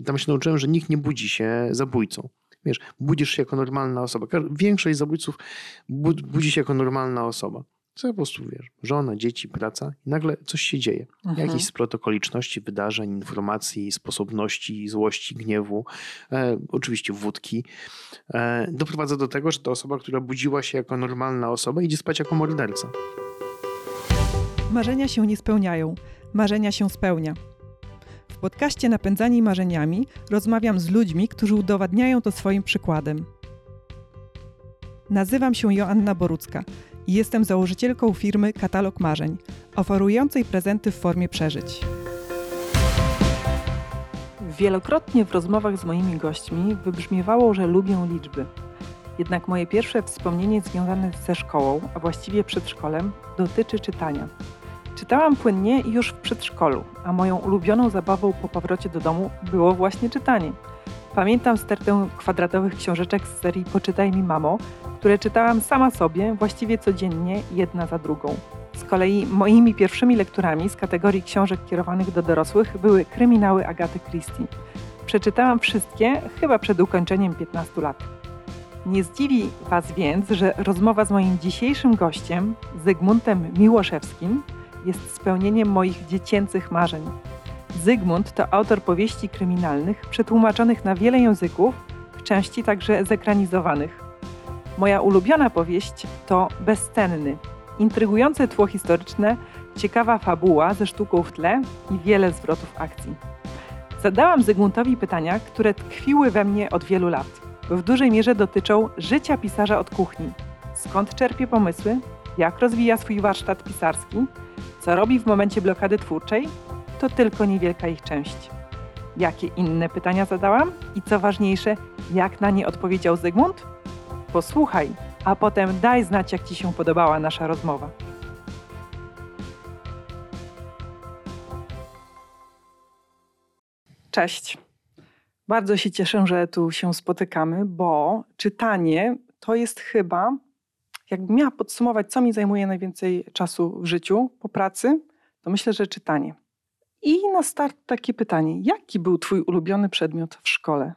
tam się nauczyłem, że nikt nie budzi się zabójcą. Wiesz, budzisz się jako normalna osoba. Większość zabójców budzi się jako normalna osoba. Co po prostu, wiesz, żona, dzieci, praca i nagle coś się dzieje. Jakiś splot okoliczności, wydarzeń, informacji, sposobności, złości, gniewu, oczywiście wódki, doprowadza do tego, że ta osoba, która budziła się jako normalna osoba, idzie spać jako morderca. Marzenia się nie spełniają, marzenia się spełnia. W podcaście Napędzani marzeniami rozmawiam z ludźmi, którzy udowadniają to swoim przykładem. Nazywam się Joanna Borucka i jestem założycielką firmy Katalog Marzeń, oferującej prezenty w formie przeżyć. Wielokrotnie w rozmowach z moimi gośćmi wybrzmiewało, że lubią liczby. Jednak moje pierwsze wspomnienie związane ze szkołą, a właściwie przedszkolem, dotyczy czytania. Czytałam płynnie już w przedszkolu, a moją ulubioną zabawą po powrocie do domu było właśnie czytanie. Pamiętam stertę kwadratowych książeczek z serii Poczytaj mi, mamo, które czytałam sama sobie, właściwie codziennie, jedna za drugą. Z kolei moimi pierwszymi lekturami z kategorii książek kierowanych do dorosłych były kryminały Agaty Christie. Przeczytałam wszystkie, chyba przed ukończeniem 15 lat. Nie zdziwi Was więc, że rozmowa z moim dzisiejszym gościem, Zygmuntem Miłoszewskim, jest spełnieniem moich dziecięcych marzeń. Zygmunt to autor powieści kryminalnych przetłumaczonych na wiele języków, w części także zekranizowanych. Moja ulubiona powieść to Bezcenny. Intrygujące tło historyczne, ciekawa fabuła ze sztuką w tle i wiele zwrotów akcji. Zadałam Zygmuntowi pytania, które tkwiły we mnie od wielu lat. W dużej mierze dotyczą życia pisarza od kuchni. Skąd czerpie pomysły? Jak rozwija swój warsztat pisarski? Co robi w momencie blokady twórczej? To tylko niewielka ich część. Jakie inne pytania zadałam? I co ważniejsze, jak na nie odpowiedział Zygmunt? Posłuchaj, a potem daj znać, jak Ci się podobała nasza rozmowa. Cześć. Bardzo się cieszę, że tu się spotykamy, bo czytanie to jest chyba, jakbym miała podsumować, co mi zajmuje najwięcej czasu w życiu po pracy, to myślę, że czytanie. I na start takie pytanie. Jaki był Twój ulubiony przedmiot w szkole?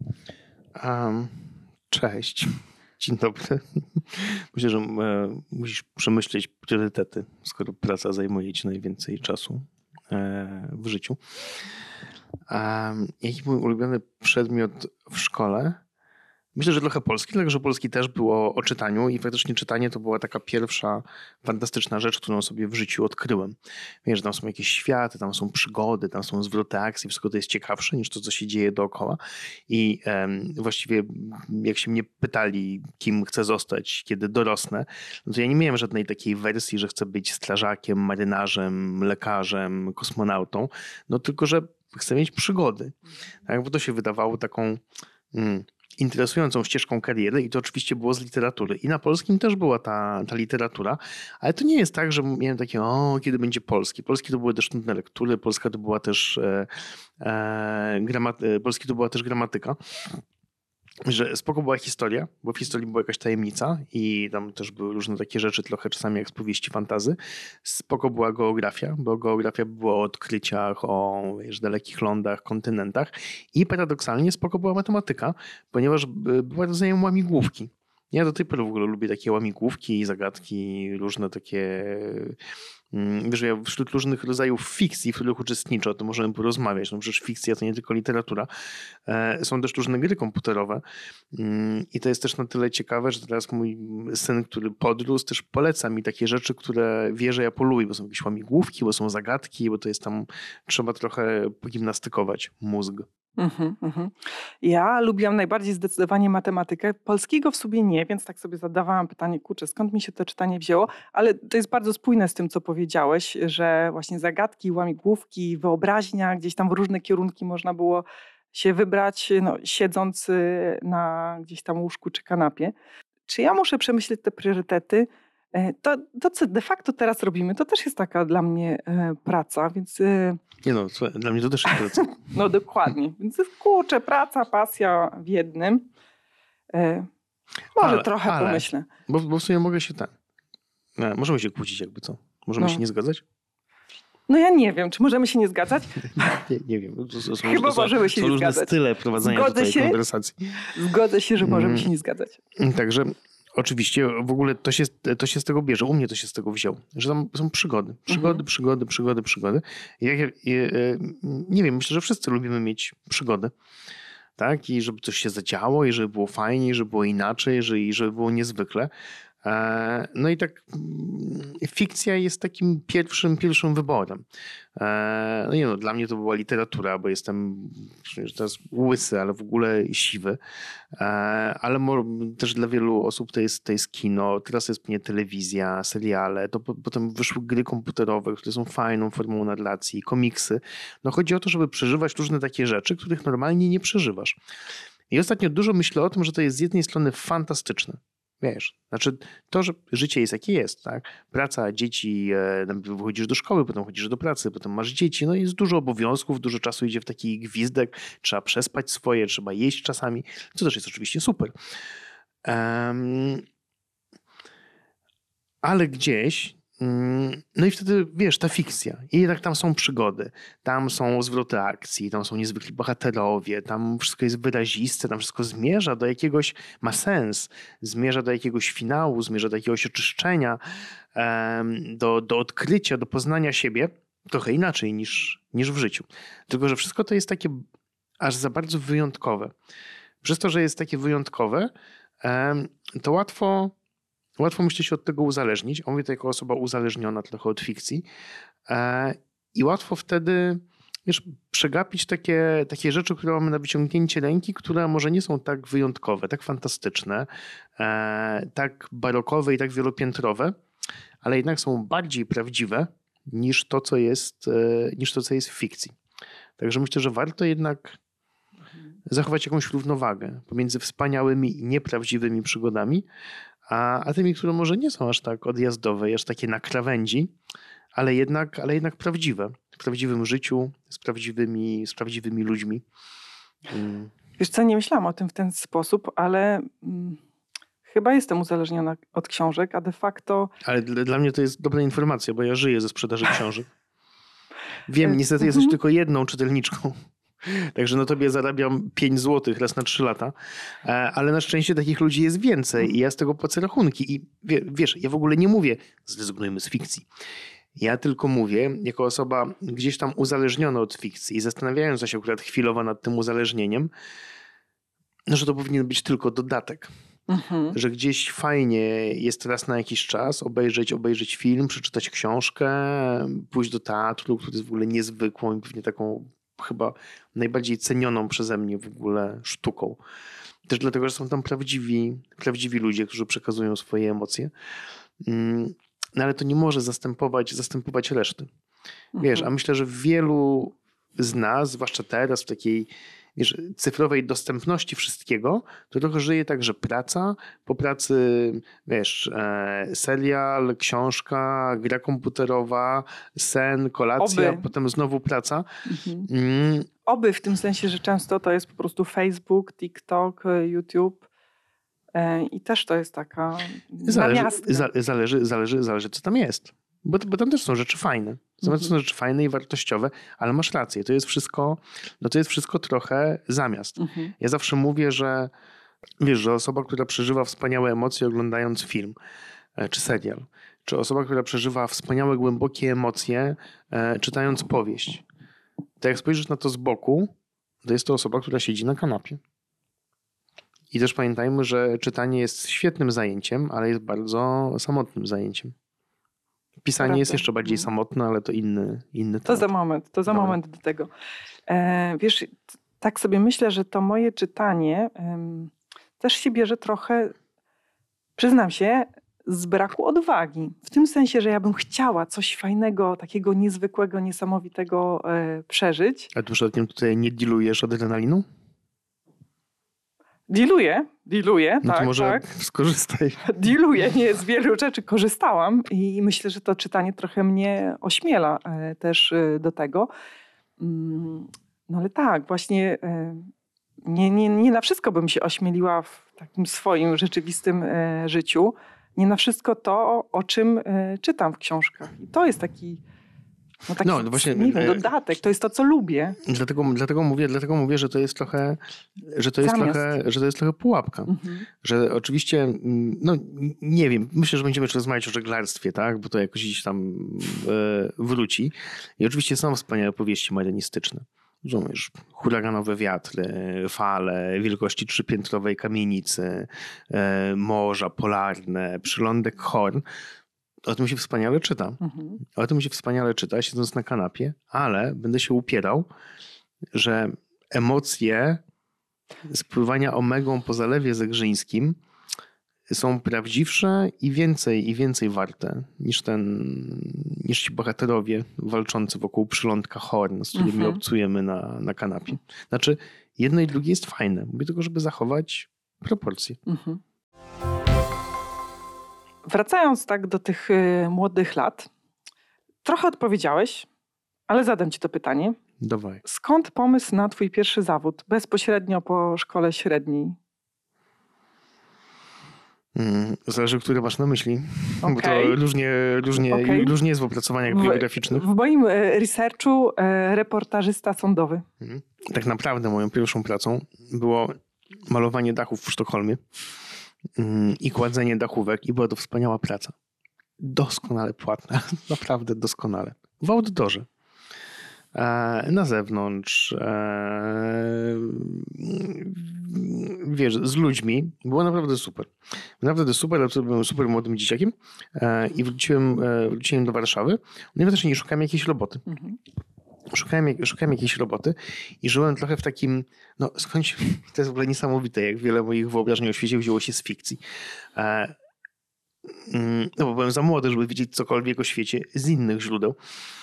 Cześć. Dzień dobry. Myślę, że musisz przemyśleć priorytety, skoro praca zajmuje ci najwięcej czasu w życiu. Jaki był ulubiony przedmiot w szkole? Myślę, że trochę polski, dlatego że polski też było o czytaniu i faktycznie czytanie to była taka pierwsza fantastyczna rzecz, którą sobie w życiu odkryłem. Wiesz, tam są jakieś światy, tam są przygody, tam są zwroty akcji, wszystko to jest ciekawsze niż to, co się dzieje dookoła. I właściwie jak się mnie pytali, kim chcę zostać, kiedy dorosnę, no to ja nie miałem żadnej takiej wersji, że chcę być strażakiem, marynarzem, lekarzem, kosmonautą, no tylko, że chcę mieć przygody. Tak, bo to się wydawało taką interesującą ścieżką kariery i to oczywiście było z literatury. I na polskim też była ta literatura, ale to nie jest tak, że miałem takie, kiedy będzie polski. Polski to były też nudne lektury, polski to była też gramatyka. Że spoko była historia, bo w historii była jakaś tajemnica i tam też były różne takie rzeczy, trochę czasami jak z powieści fantasy. Spoko była geografia, bo geografia była o odkryciach, o dalekich lądach, kontynentach i paradoksalnie spoko była matematyka, ponieważ była rodzajem łamigłówki. Ja do tej pory w ogóle lubię takie łamigłówki i zagadki, różne takie. Wiesz, ja wśród różnych rodzajów fikcji, w których uczestniczę, to możemy porozmawiać. No przecież fikcja to nie tylko literatura. Są też różne gry komputerowe i to jest też na tyle ciekawe, że teraz mój syn, który podrósł, też poleca mi takie rzeczy, które wie, że ja polubię, bo są jakieś łamigłówki, bo są zagadki, bo to jest tam, trzeba trochę pogimnastykować mózg. Ja lubiłam najbardziej zdecydowanie matematykę. Polskiego w sobie nie, więc tak sobie zadawałam pytanie, skąd mi się to czytanie wzięło? Ale to jest bardzo spójne z tym, co powiedziałeś, że właśnie zagadki, łamigłówki, wyobraźnia, gdzieś tam w różne kierunki można było się wybrać, siedząc na gdzieś tam łóżku czy kanapie. Czy ja muszę przemyśleć te priorytety? To, co de facto teraz robimy, to też jest taka dla mnie praca, więc... Nie no, dla mnie to też jest praca. No dokładnie. Więc praca, pasja w jednym. Może trochę pomyślę. Bo w sumie mogę się możemy się kłócić jakby co. Możemy się nie zgadzać? No ja nie wiem, czy możemy się nie zgadzać? Nie wiem. Chyba możemy się nie zgadzać. Są różne style prowadzenia tutaj konwersacji. Zgodzę się, że możemy się nie zgadzać. Także oczywiście w ogóle to się z tego bierze. U mnie to się z tego wzięło. Że tam są przygody. Przygody. Nie wiem, myślę, że wszyscy lubimy mieć przygody. Tak? I żeby coś się zadziało, i żeby było fajnie, i żeby było inaczej, i żeby było niezwykle. No i tak fikcja jest takim pierwszym wyborem. No nie no, dla mnie to była literatura, bo jestem teraz łysy, ale w ogóle siwy. Ale też dla wielu osób to jest kino, teraz jest telewizja, seriale, to potem wyszły gry komputerowe, które są fajną formą narracji, komiksy. No chodzi o to, żeby przeżywać różne takie rzeczy, których normalnie nie przeżywasz. I ostatnio dużo myślę o tym, że to jest z jednej strony fantastyczne. Wiesz, znaczy to, że życie jest jakie jest, tak? Praca, dzieci, wychodzisz do szkoły, potem chodzisz do pracy, potem masz dzieci, no jest dużo obowiązków, dużo czasu idzie w taki gwizdek, trzeba przespać swoje, trzeba jeść czasami, co też jest oczywiście super. Ale gdzieś, no i wtedy, wiesz, ta fikcja. I jednak tam są przygody, tam są zwroty akcji, tam są niezwykli bohaterowie, tam wszystko jest wyraziste, tam wszystko zmierza do jakiegoś, ma sens, zmierza do jakiegoś finału, zmierza do jakiegoś oczyszczenia, do odkrycia, do poznania siebie, trochę inaczej niż w życiu. Tylko że wszystko to jest takie aż za bardzo wyjątkowe. Przez to, że jest takie wyjątkowe, to łatwo myślę się od tego uzależnić. A mówię to jako osoba uzależniona trochę od fikcji. I łatwo wtedy, wiesz, przegapić takie rzeczy, które mamy na wyciągnięcie ręki, które może nie są tak wyjątkowe, tak fantastyczne, tak barokowe i tak wielopiętrowe, ale jednak są bardziej prawdziwe niż to, co jest w fikcji. Także myślę, że warto jednak zachować jakąś równowagę pomiędzy wspaniałymi i nieprawdziwymi przygodami, a tymi, które może nie są aż tak odjazdowe, aż takie na krawędzi, ale jednak prawdziwe. W prawdziwym życiu, z prawdziwymi ludźmi. Wiesz co, nie myślałam o tym w ten sposób, ale chyba jestem uzależniona od książek, a de facto... Ale dla mnie to jest dobra informacja, bo ja żyję ze sprzedaży książek. Wiem, niestety jesteś tylko jedną czytelniczką. Także na tobie zarabiam 5 zł raz na 3 lata, ale na szczęście takich ludzi jest więcej i ja z tego płacę rachunki. I wiesz, ja w ogóle nie mówię, zrezygnujmy z fikcji. Ja tylko mówię, jako osoba gdzieś tam uzależniona od fikcji i zastanawiająca się akurat chwilowo nad tym uzależnieniem, no, że to powinien być tylko dodatek. Że gdzieś fajnie jest raz na jakiś czas obejrzeć film, przeczytać książkę, pójść do teatru, który jest w ogóle niezwykłą i pewnie taką chyba najbardziej cenioną przeze mnie w ogóle sztuką. Też dlatego, że są tam prawdziwi ludzie, którzy przekazują swoje emocje. No ale to nie może zastępować reszty. Wiesz, a myślę, że wielu z nas, zwłaszcza teraz w takiej cyfrowej dostępności wszystkiego, to trochę żyje tak, że po pracy, wiesz, serial, książka, gra komputerowa, sen, kolacja, potem znowu praca. Oby w tym sensie, że często to jest po prostu Facebook, TikTok, YouTube i też to jest taka Zależy, co tam jest. Bo tam też są rzeczy fajne. Są rzeczy fajne i wartościowe, ale masz rację, to jest wszystko trochę zamiast. Ja zawsze mówię, że wiesz, że osoba, która przeżywa wspaniałe emocje oglądając film czy serial, czy osoba, która przeżywa wspaniałe, głębokie emocje czytając powieść, to jak spojrzysz na to z boku, to jest to osoba, która siedzi na kanapie. I też pamiętajmy, że czytanie jest świetnym zajęciem, ale jest bardzo samotnym zajęciem. Pisanie jest jeszcze bardziej samotne, ale to inny temat. To za moment do tego. Wiesz, tak sobie myślę, że to moje czytanie też się bierze trochę, przyznam się, z braku odwagi. W tym sensie, że ja bym chciała coś fajnego, takiego niezwykłego, niesamowitego przeżyć. A tu przypadkiem tutaj nie dealujesz adrenaliną? Dealuję, no tak. To może skorzystaj. Dealuję, nie, z wielu rzeczy korzystałam i myślę, że to czytanie trochę mnie ośmiela też do tego. No ale tak, właśnie nie na wszystko bym się ośmieliła w takim swoim rzeczywistym życiu. Nie na wszystko to, o czym czytam w książkach. I to jest taki No taki, No właśnie, nie wiem, dodatek, to jest to, co lubię. Dlatego mówię, że to jest trochę, że to jest trochę pułapka. Że oczywiście, no nie wiem, myślę, że będziemy jeszcze rozmawiać o żeglarstwie, tak? Bo to jakoś gdzieś tam wróci. I oczywiście są wspaniałe powieści marynistyczne. Rozumiesz, huraganowe wiatry, fale, wielkości 3-piętrowej kamienicy, morza polarne, przylądek Horn. O tym się wspaniale czyta. O tym się wspaniale czyta, siedząc na kanapie, ale będę się upierał, że emocje spływania omegą po Zalewie Zegrzyńskim są prawdziwsze i więcej warte niż ci bohaterowie walczący wokół przylądka Horn, z którymi obcujemy na kanapie. Znaczy, jedno i drugie jest fajne. Mówię tylko, żeby zachować proporcje. Wracając tak do tych młodych lat, trochę odpowiedziałeś, ale zadam ci to pytanie. Dawaj. Skąd pomysł na twój pierwszy zawód, bezpośrednio po szkole średniej? Zależy, które masz na myśli. Okay. Bo to różnie jest w opracowaniach biograficznych. W moim researchu reportażysta sądowy. Tak naprawdę moją pierwszą pracą było malowanie dachów w Sztokholmie i kładzenie dachówek i była to wspaniała praca. Doskonale płatna. Naprawdę doskonale. W outdoorze. Na zewnątrz, wiesz, z ludźmi. Było naprawdę super. Naprawdę super, ale byłem super młodym dzieciakiem i wróciłem do Warszawy. No i wtedy szukałem jakiejś roboty. Szukałem jakiejś roboty i żyłem trochę w takim, no skądś, to jest w ogóle niesamowite, jak wiele moich wyobrażeń o świecie wzięło się z fikcji. No bo byłem za młody, żeby wiedzieć cokolwiek o świecie z innych źródeł.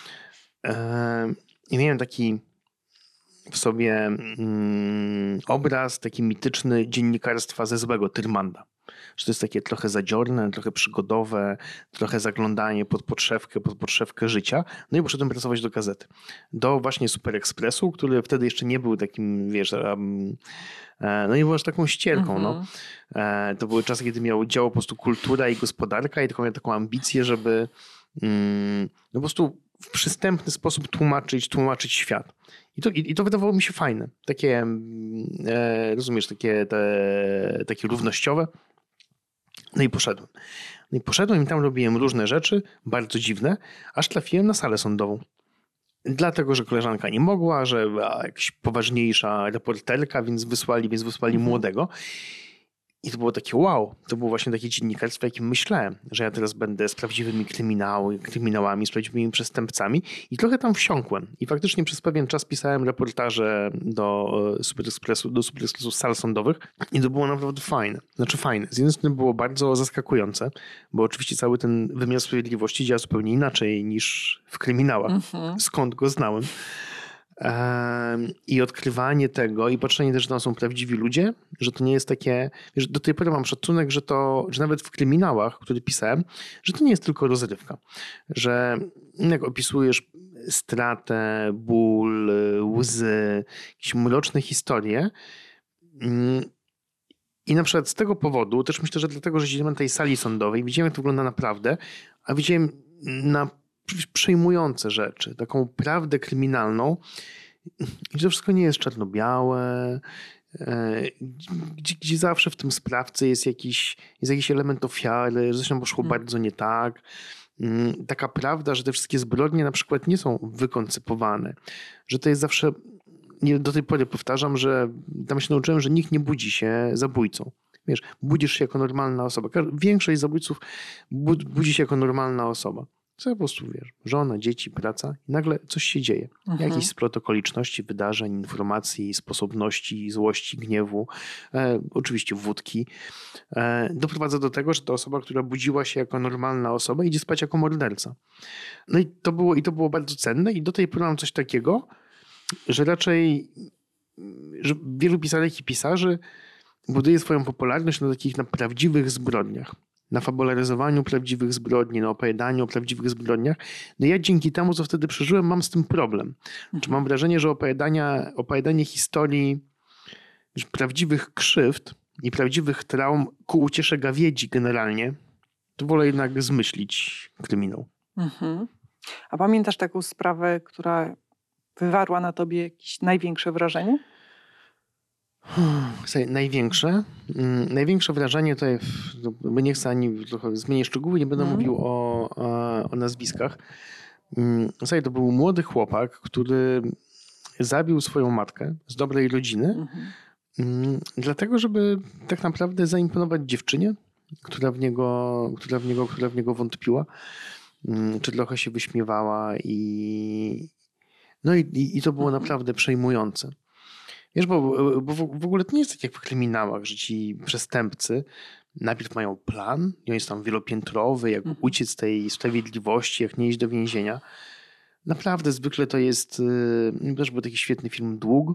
I miałem taki w sobie obraz, taki mityczny dziennikarstwa ze złego Tyrmanda. Że to jest takie trochę zadziorne, trochę przygodowe, trochę zaglądanie pod podszewkę życia. No i poszedłem pracować do gazety. Do właśnie Super Expressu, który wtedy jeszcze nie był takim, wiesz, no nie był aż taką ścierką. No. To były czasy, kiedy miał dział po prostu kultura i gospodarka i miał taką ambicję, żeby no po prostu w przystępny sposób tłumaczyć świat. I to wydawało mi się fajne. Takie, rozumiesz, takie równościowe. No i poszedłem i tam robiłem różne rzeczy, bardzo dziwne, aż trafiłem na salę sądową. Dlatego, że koleżanka nie mogła, że była jakaś poważniejsza reporterka, więc wysłali młodego. I to było takie wow, to było właśnie takie dziennikarstwo, jakim myślałem, że ja teraz będę z prawdziwymi kryminałami, z prawdziwymi przestępcami i trochę tam wsiąkłem. I faktycznie przez pewien czas pisałem reportaże do Super Expressu z sal sądowych i to było naprawdę fajne. Znaczy fajne. Z jednej strony było bardzo zaskakujące, bo oczywiście cały ten wymiar sprawiedliwości działa zupełnie inaczej niż w kryminałach. Skąd go znałem. I odkrywanie tego i patrzenie też, że tam są prawdziwi ludzie, że to nie jest takie, wiesz, do tej pory mam szacunek, że nawet w kryminałach, które pisałem, że to nie jest tylko rozrywka, że jak opisujesz stratę, ból, łzy, jakieś mroczne historie i na przykład z tego powodu, też myślę, że dlatego, że siedziałem na tej sali sądowej, widziałem, jak to wygląda naprawdę, a widziałem przejmujące rzeczy, taką prawdę kryminalną, gdzie to wszystko nie jest czarno-białe, gdzie zawsze w tym sprawcy jest jakiś element ofiary, że coś nam poszło bardzo nie tak. Taka prawda, że te wszystkie zbrodnie na przykład nie są wykoncypowane, że to jest zawsze, do tej pory powtarzam, że tam się nauczyłem, że nikt nie budzi się zabójcą. Wiesz, budzisz się jako normalna osoba. Większość zabójców budzi się jako normalna osoba. Co po prostu, wiesz, żona, dzieci, praca i nagle coś się dzieje. Jakiś splot okoliczności, wydarzeń, informacji, sposobności, złości, gniewu, oczywiście wódki, doprowadza do tego, że ta osoba, która budziła się jako normalna osoba, idzie spać jako morderca. No i to było bardzo cenne i do tej pory mam coś takiego, że raczej że wielu pisarek i pisarzy buduje swoją popularność na prawdziwych zbrodniach. Na fabularyzowaniu prawdziwych zbrodni, na opowiadaniu o prawdziwych zbrodniach. No ja dzięki temu, co wtedy przeżyłem, mam z tym problem. Czy mam wrażenie, że opowiadanie historii prawdziwych krzywd i prawdziwych traum ku uciesze gawiedzi generalnie, to wolę jednak zmyślić kryminał. A pamiętasz taką sprawę, która wywarła na tobie jakieś największe wrażenie? Słuchaj, największe wrażenie to jest, bo nie chcę ani trochę zmienić szczegóły, nie będę mówił o nazwiskach. Słuchaj, to był młody chłopak, który zabił swoją matkę z dobrej rodziny, dlatego żeby tak naprawdę zaimponować dziewczynie, która w niego wątpiła, czy trochę się wyśmiewała i to było naprawdę przejmujące. Wiesz, bo w ogóle to nie jest tak jak w kryminałach, że ci przestępcy najpierw mają plan i on jest tam wielopiętrowy, jak uciec z tej sprawiedliwości, jak nie iść do więzienia. Naprawdę zwykle to jest, też był taki świetny film Dług,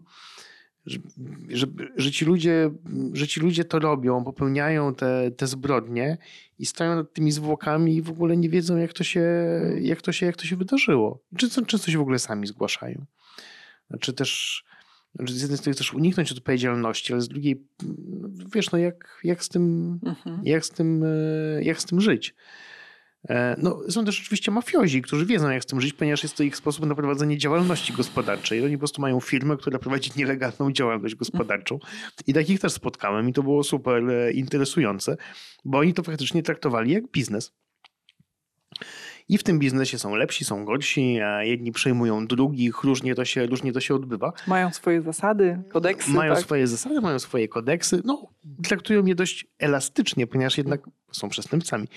że ci ludzie to robią, popełniają te zbrodnie i stoją nad tymi zwłokami i w ogóle nie wiedzą, jak to się wydarzyło. Często się w ogóle sami zgłaszają. Znaczy też z jednej strony chcesz uniknąć odpowiedzialności, ale z drugiej, wiesz, no jak z tym żyć. No, są też oczywiście mafiozi, którzy wiedzą, jak z tym żyć, ponieważ jest to ich sposób na prowadzenie działalności gospodarczej. Oni po prostu mają firmę, która prowadzi nielegalną działalność gospodarczą. I takich też spotkałem i to było super interesujące, bo oni to faktycznie traktowali jak biznes. I w tym biznesie są lepsi, są gorsi, a jedni przejmują drugich, różnie to się odbywa. Mają swoje zasady, kodeksy. Mają swoje zasady, mają swoje kodeksy. No, traktują je dość elastycznie, ponieważ jednak są przestępcami.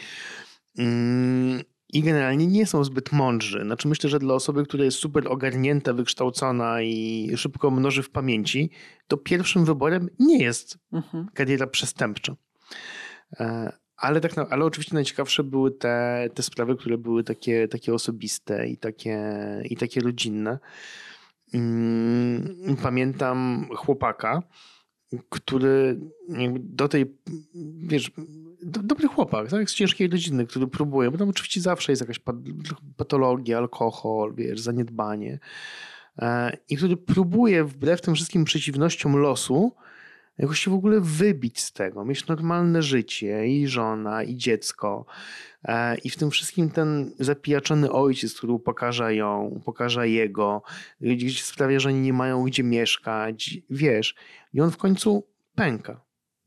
I generalnie nie są zbyt mądrzy. Znaczy myślę, że dla osoby, która jest super ogarnięta, wykształcona i szybko mnoży w pamięci, to pierwszym wyborem nie jest kariera przestępcza. Ale oczywiście najciekawsze były te sprawy, które były takie osobiste i takie rodzinne. Pamiętam chłopaka, który dobry chłopak, tak, z ciężkiej rodziny, który próbuje, bo tam oczywiście zawsze jest jakaś patologia, alkohol, zaniedbanie. I który próbuje wbrew tym wszystkim przeciwnościom losu jakoś się w ogóle wybić z tego, mieć normalne życie i żona, i dziecko. I w tym wszystkim ten zapijaczony ojciec, który upokarza jego, gdzieś sprawia, że oni nie mają gdzie mieszkać, wiesz. I on w końcu pęka.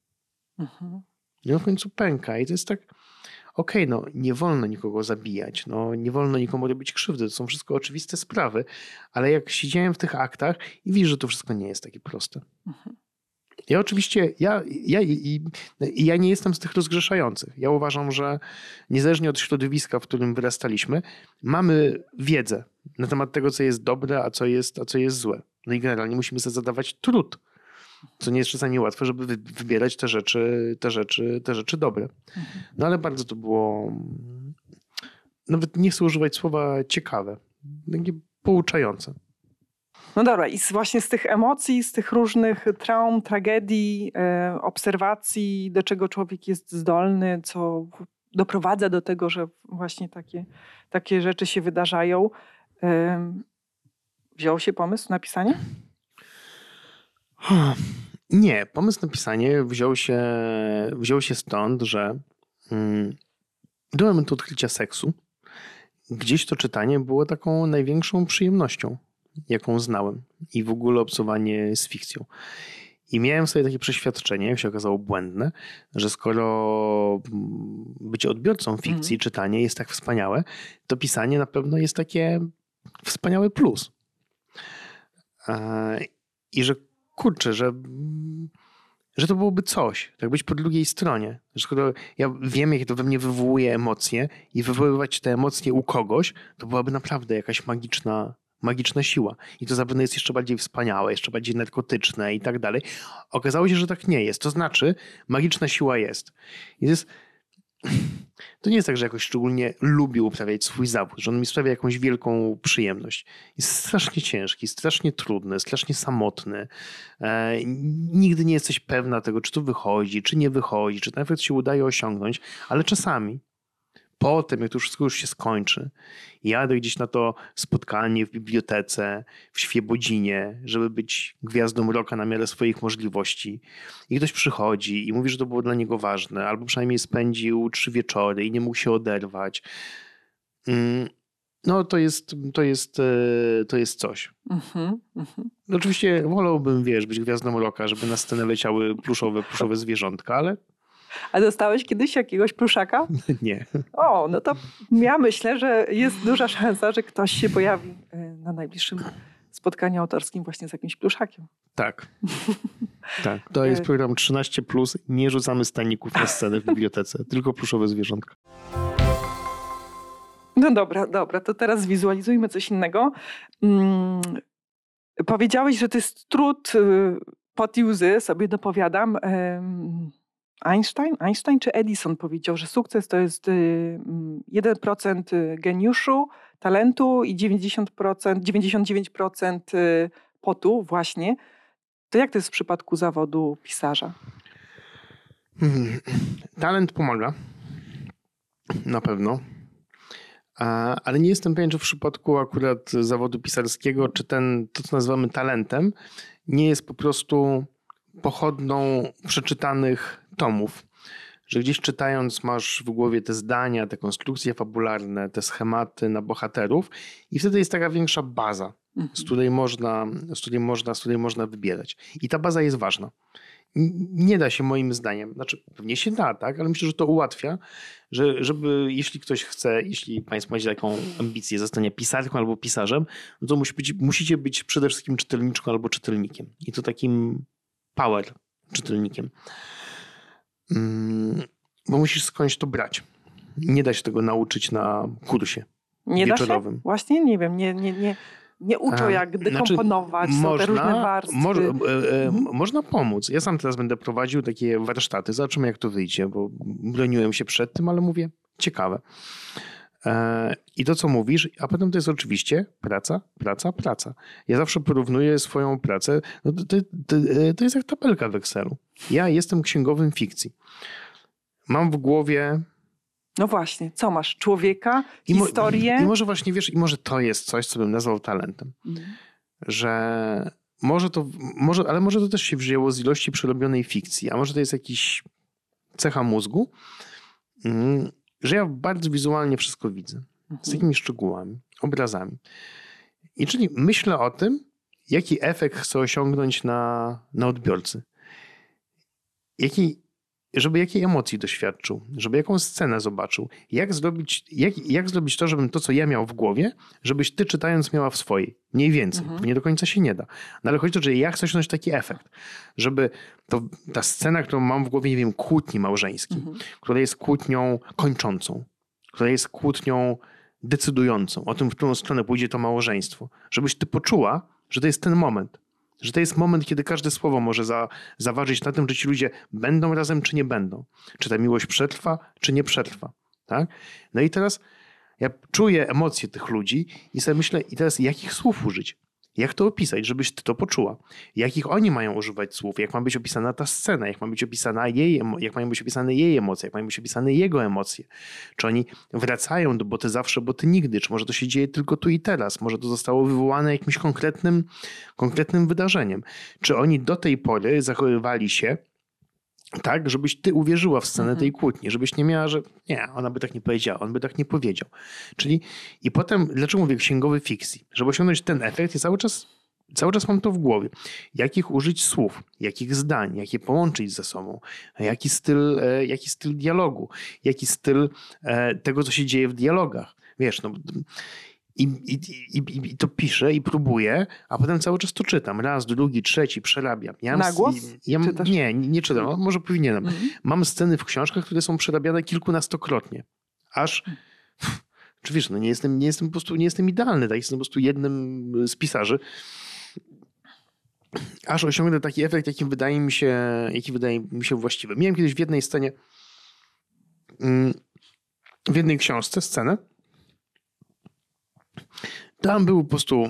I to jest tak, okej, no nie wolno nikogo zabijać, no nie wolno nikomu robić krzywdy, to są wszystko oczywiste sprawy, ale jak siedziałem w tych aktach i widzę, że to wszystko nie jest takie proste. Ja oczywiście, ja nie jestem z tych rozgrzeszających. Ja uważam, że niezależnie od środowiska, w którym wyrastaliśmy, mamy wiedzę na temat tego, co jest dobre, a co jest złe. No i generalnie musimy sobie zadawać trud, co nie jest czasami łatwe, żeby wybierać te rzeczy dobre. No ale bardzo to było, nawet nie chcę używać słowa ciekawe, takie pouczające. No dobra, i właśnie z tych emocji, z tych różnych traum, tragedii, obserwacji, do czego człowiek jest zdolny, co doprowadza do tego, że właśnie takie rzeczy się wydarzają. Wziął się pomysł na pisanie? Nie, pomysł na pisanie wziął się stąd, że do momentu odkrycia seksu gdzieś to czytanie było taką największą przyjemnością, jaką znałem i w ogóle obcowanie z fikcją. I miałem sobie takie przeświadczenie, jak się okazało błędne, że skoro bycie odbiorcą fikcji, czytanie jest tak wspaniałe, to pisanie na pewno jest takie wspaniałe plus. I że kurczę, że to byłoby coś, tak być po drugiej stronie. Że skoro ja wiem, jakie to we mnie wywołuje emocje i wywoływać te emocje u kogoś, to byłaby naprawdę jakaś magiczna siła. I to zapewne jest jeszcze bardziej wspaniałe, jeszcze bardziej narkotyczne i tak dalej. Okazało się, że tak nie jest. To znaczy, magiczna siła jest. I to nie jest tak, że jakoś szczególnie lubię uprawiać swój zawód, że on mi sprawia jakąś wielką przyjemność. Jest strasznie ciężki, strasznie trudny, strasznie samotny. Nigdy nie jesteś pewna tego, czy to wychodzi, czy nie wychodzi, czy ten efekt się udaje osiągnąć, ale czasami potem, jak to wszystko już się skończy, jadę gdzieś na to spotkanie w bibliotece, w Świebodzinie, żeby być gwiazdą rocka na miarę swoich możliwości. I ktoś przychodzi i mówi, że to było dla niego ważne, albo przynajmniej spędził 3 wieczory i nie mógł się oderwać. No to jest coś. No, oczywiście wolałbym, być gwiazdą rocka, żeby na scenę leciały pluszowe zwierzątka, ale... A dostałeś kiedyś jakiegoś pluszaka? Nie. O, no to ja myślę, że jest duża szansa, że ktoś się pojawi na najbliższym spotkaniu autorskim właśnie z jakimś pluszakiem. Tak. Tak. To jest program 13+. Nie rzucamy staników na scenę w bibliotece, tylko pluszowe zwierzątka. No dobra, to teraz zwizualizujmy coś innego. Powiedziałeś, że to jest trud pot i łzy, sobie dopowiadam. Einstein czy Edison powiedział, że sukces to jest 1% geniuszu, talentu i 99% potu właśnie. To jak to jest w przypadku zawodu pisarza? Talent pomaga. Na pewno. Ale nie jestem pewien, czy w przypadku akurat zawodu pisarskiego, czy to, co nazywamy talentem, nie jest po prostu pochodną przeczytanych tomów. Że gdzieś czytając masz w głowie te zdania, te konstrukcje fabularne, te schematy na bohaterów i wtedy jest taka większa baza, z której można wybierać. I ta baza jest ważna. Nie da się moim zdaniem, pewnie się da, tak, ale myślę, że to ułatwia, żeby jeśli Państwo macie taką ambicję zostania pisarką albo pisarzem, no to musicie być przede wszystkim czytelniczką albo czytelnikiem. I to takim power czytelnikiem. Bo musisz skądś to brać. Nie da się tego nauczyć na kursie wieczorowym. Da się? Właśnie nie wiem, nie uczą jak dekomponować, te różne warstwy. Można pomóc. Ja sam teraz będę prowadził takie warsztaty. Zobaczymy, jak to wyjdzie, bo broniłem się przed tym, ale mówię, ciekawe. I to, co mówisz, a potem to jest oczywiście praca. Ja zawsze porównuję swoją pracę, to jest jak tabelka w Excelu. Ja jestem księgowym fikcji. Mam w głowie... No właśnie, co masz? Człowieka, historię? I może właśnie, i może to jest coś, co bym nazwał talentem. Że ale może to też się wzięło z ilości przerobionej fikcji, a może to jest jakiś cecha mózgu, że ja bardzo wizualnie wszystko widzę. Z takimi szczegółami, obrazami. I czyli myślę o tym, jaki efekt chcę osiągnąć na odbiorcy. Żeby jakiej emocji doświadczył, żeby jaką scenę zobaczył. Jak zrobić to, żebym to, co ja miał w głowie, żebyś ty czytając miała w swojej. Mniej więcej. Nie do końca się nie da. No ale chodzi o to, że ja chcę osiągnąć taki efekt. Żeby ta scena, którą mam w głowie, nie wiem, kłótni małżeńskiej, która jest kłótnią kończącą, która jest kłótnią decydującą o tym, w którą stronę pójdzie to małżeństwo. Żebyś ty poczuła, że to jest ten moment. Że to jest moment, kiedy każde słowo może zaważyć na tym, czy ci ludzie będą razem, czy nie będą. Czy ta miłość przetrwa, czy nie przetrwa. Tak? No i teraz ja czuję emocje tych ludzi i sobie myślę, i teraz jakich słów użyć? Jak to opisać, żebyś ty to poczuła? Jakich oni mają używać słów? Jak ma być opisana ta scena? Jak mają być opisane jej emocje? Jak mają być opisane jego emocje? Czy oni wracają do bo ty zawsze, bo ty nigdy? Czy może to się dzieje tylko tu i teraz? Może to zostało wywołane jakimś konkretnym wydarzeniem? Czy oni do tej pory zachowywali się tak, żebyś ty uwierzyła w scenę tej kłótni, żebyś nie miała, że nie, ona by tak nie powiedziała, on by tak nie powiedział. Czyli i potem, dlaczego mówię księgowy fikcji? Żeby osiągnąć ten efekt, ja cały czas mam to w głowie. Jakich użyć słów, jakich zdań, jakie połączyć ze sobą, jaki styl dialogu, jaki styl tego, co się dzieje w dialogach. Wiesz, no... I to piszę i próbuję, a potem cały czas to czytam. Raz, drugi, trzeci, przerabiam. Na głos? Nie czytam. Może powinienem. Mam sceny w książkach, które są przerabiane kilkunastokrotnie. Aż... Czy wiesz, no nie jestem po prostu, nie jestem idealny. Tak? Jestem po prostu jednym z pisarzy. Aż osiągnę taki efekt, jaki wydaje mi się właściwy. Miałem kiedyś w jednej scenie, w jednej książce scenę. Tam był po prostu...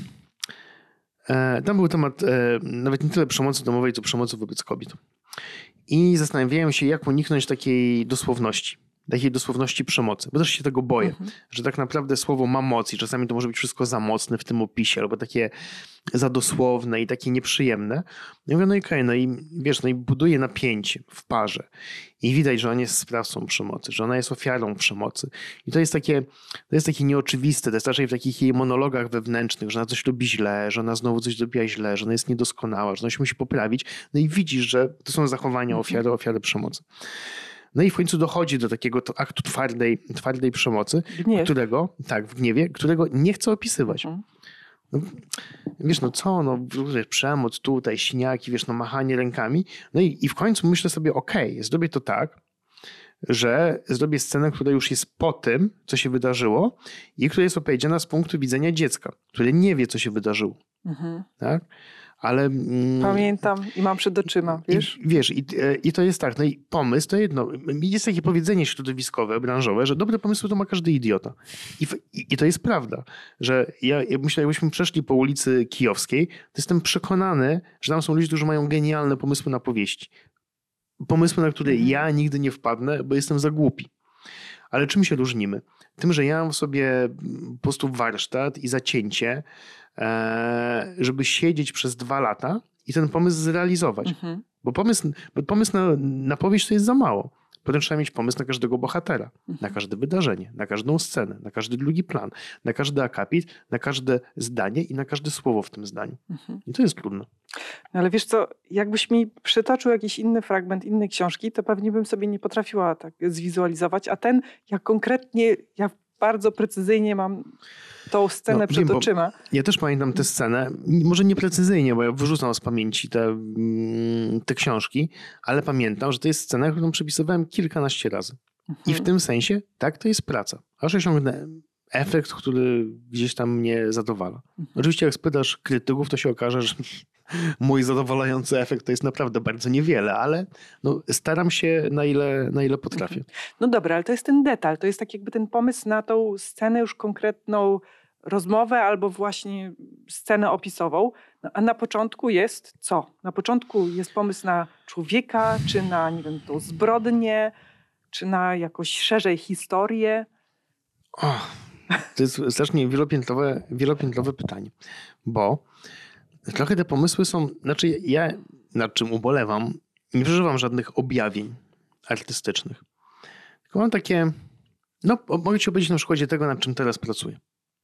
Tam był temat nawet nie tyle przemocy domowej, co przemocy wobec kobiet. I zastanawiałem się, jak uniknąć takiej dosłowności. takiej dosłowności przemocy, bo też się tego boję, że tak naprawdę słowo ma moc i czasami to może być wszystko za mocne w tym opisie, albo takie za dosłowne i takie nieprzyjemne. Ja mówię, no i okej, no i wiesz, no i buduje napięcie w parze i widać, że on jest sprawcą przemocy, że ona jest ofiarą przemocy i to jest takie nieoczywiste, to jest raczej w takich jej monologach wewnętrznych, że ona coś robi źle, że ona znowu coś zrobiła źle, że ona jest niedoskonała, że ona się musi poprawić, no i widzisz, że to są zachowania ofiary przemocy. No i w końcu dochodzi do takiego aktu twardej przemocy, w gniewie, którego nie chcę opisywać. No, wiesz, no co, no przemoc tutaj, siniaki, wiesz, no machanie rękami. No i w końcu myślę sobie, okej, zrobię to tak, że zrobię scenę, która już jest po tym, co się wydarzyło i która jest opowiedziana z punktu widzenia dziecka, które nie wie, co się wydarzyło. Tak? Ale... Pamiętam i mam przed oczyma, wiesz? I to jest tak, no i pomysł to jedno. Jest takie powiedzenie środowiskowe, branżowe, że dobre pomysły to ma każdy idiota. I to jest prawda, że ja myślę, jakbyśmy przeszli po ulicy Kijowskiej, to jestem przekonany, że tam są ludzie, którzy mają genialne pomysły na powieści. Pomysły, na które ja nigdy nie wpadnę, bo jestem za głupi. Ale czym się różnimy? Tym, że ja mam w sobie po prostu warsztat i zacięcie, żeby siedzieć przez 2 lata i ten pomysł zrealizować. Bo pomysł na powieść to jest za mało. Potem trzeba mieć pomysł na każdego bohatera, na każde wydarzenie, na każdą scenę, na każdy drugi plan, na każdy akapit, na każde zdanie i na każde słowo w tym zdaniu. I to jest trudne. No ale wiesz co, jakbyś mi przytoczył jakiś inny fragment innej książki, to pewnie bym sobie nie potrafiła tak zwizualizować, a ten, ja bardzo precyzyjnie mam tą scenę przed oczyma. Ja też pamiętam tę scenę, może nie precyzyjnie, bo ja wyrzucam z pamięci te książki, ale pamiętam, że to jest scena, którą przepisywałem kilkanaście razy. I w tym sensie, tak, to jest praca. Aż osiągnę efekt, który gdzieś tam mnie zadowala. Oczywiście jak spytasz krytyków, to się okaże, że mój zadowalający efekt to jest naprawdę bardzo niewiele, ale no, staram się na ile potrafię. No dobra, ale to jest ten detal, to jest tak jakby ten pomysł na tą scenę już konkretną rozmowę albo właśnie scenę opisową, no, a na początku jest co? Na początku jest pomysł na człowieka, czy na, nie wiem, tą zbrodnię, czy na jakąś szerzej historię? To jest strasznie wielopiętrowe pytanie, bo trochę te pomysły są, znaczy ja nad czym ubolewam, nie przeżywam żadnych objawień artystycznych. Tylko mam takie, no mogę ci opowiedzieć na przykładzie tego, nad czym teraz pracuję.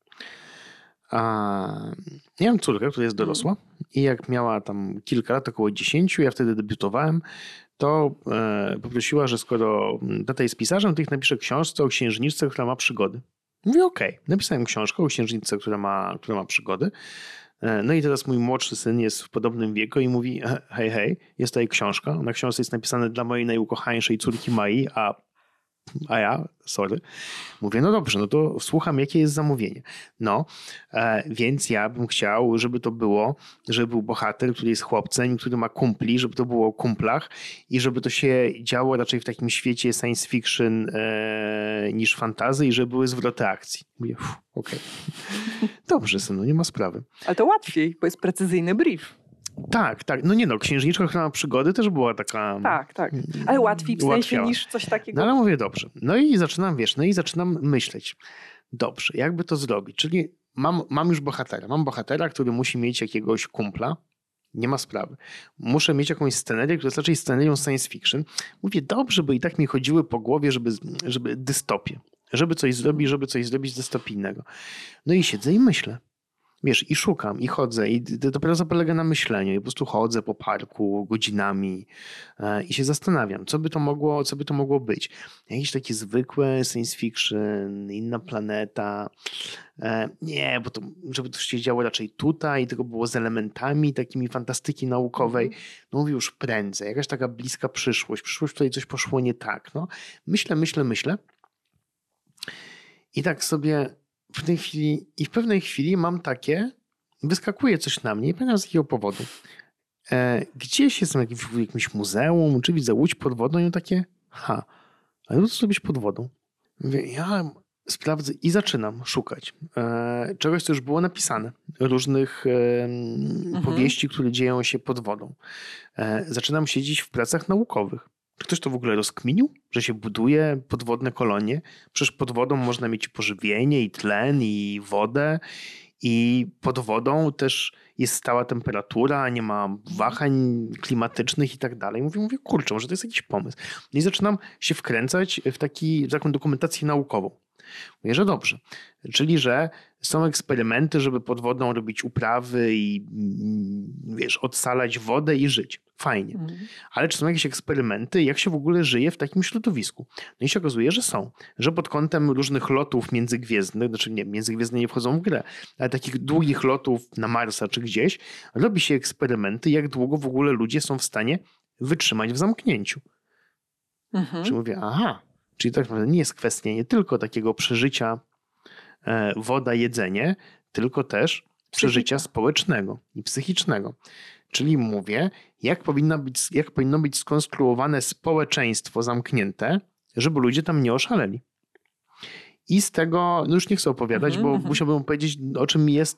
Ja mam córkę, która jest dorosła i jak miała tam kilka lat, około 10, ja wtedy debiutowałem, to poprosiła, że skoro tata jest pisarzem, to ich napisze książkę o księżniczce, która ma przygody. Mówię, okej. Napisałem książkę o księżniczce, która ma przygody. No i teraz mój młodszy syn jest w podobnym wieku i mówi, hej, jest tutaj książka. Na książce jest napisane dla mojej najukochańszej córki Mai, a ja, sorry, mówię, no dobrze, no to słucham, jakie jest zamówienie. No, więc ja bym chciał, żeby był bohater, który jest chłopcem, który ma kumpli, żeby to było o kumplach i żeby to się działo raczej w takim świecie science fiction niż fantasy i żeby były zwroty akcji. Mówię, okej. Dobrze, synu, nie ma sprawy. Ale to łatwiej, bo jest precyzyjny brief. Tak. No nie no, księżniczka, która ma przygody, też była taka... Tak. Ale łatwiej w sensie niż coś takiego. No ale mówię, dobrze. No i zaczynam myśleć. Dobrze, jakby to zrobić? Czyli mam już bohatera. Mam bohatera, który musi mieć jakiegoś kumpla. Nie ma sprawy. Muszę mieć jakąś scenerię, która jest raczej scenerią science fiction. Mówię, dobrze, bo i tak mi chodziły po głowie, żeby dystopię. Żeby coś zrobić dystopijnego. No i siedzę i myślę. Wiesz, i szukam, i chodzę, i to praca polega na myśleniu. Ja po prostu chodzę po parku godzinami i się zastanawiam, co by to mogło być. Jakieś takie zwykłe science fiction, inna planeta. Nie, bo to, żeby to się działo raczej tutaj, tylko było z elementami takimi fantastyki naukowej. No mówię już prędzej, jakaś taka bliska przyszłość. Tutaj coś poszło nie tak. No. Myślę. I tak sobie... W pewnej chwili mam wyskakuje coś na mnie, nie pamiętam z jakiego powodu. Gdzieś jestem w jakimś muzeum, czy widzę łódź pod wodą i takie, ale co zrobić pod wodą? Mówię, ja sprawdzę i zaczynam szukać czegoś, co już było napisane. Różnych powieści, które dzieją się pod wodą. Zaczynam siedzieć w pracach naukowych. Czy ktoś to w ogóle rozkminił, że się buduje podwodne kolonie? Przecież pod wodą można mieć pożywienie i tlen i wodę i pod wodą też jest stała temperatura, nie ma wahań klimatycznych i tak dalej. Mówię, kurczę, może to jest jakiś pomysł. I zaczynam się wkręcać w taką dokumentację naukową. Mówię, że dobrze. Czyli, że są eksperymenty, żeby pod wodą robić uprawy i wiesz, odsalać wodę i żyć. Fajnie. Ale czy są jakieś eksperymenty, jak się w ogóle żyje w takim środowisku? No i się okazuje, że są. Że pod kątem różnych lotów międzygwiezdnych, znaczy nie, międzygwiezdne nie wchodzą w grę, ale takich długich lotów na Marsa czy gdzieś, robi się eksperymenty, jak długo w ogóle ludzie są w stanie wytrzymać w zamknięciu. Czyli mówię, aha, czyli tak naprawdę nie jest kwestia nie tylko takiego przeżycia woda, jedzenie, tylko też przeżycia społecznego i psychicznego. Czyli mówię, jak powinno być skonstruowane społeczeństwo zamknięte, żeby ludzie tam nie oszaleli. I z tego, no już nie chcę opowiadać, bo musiałbym powiedzieć, o czym jest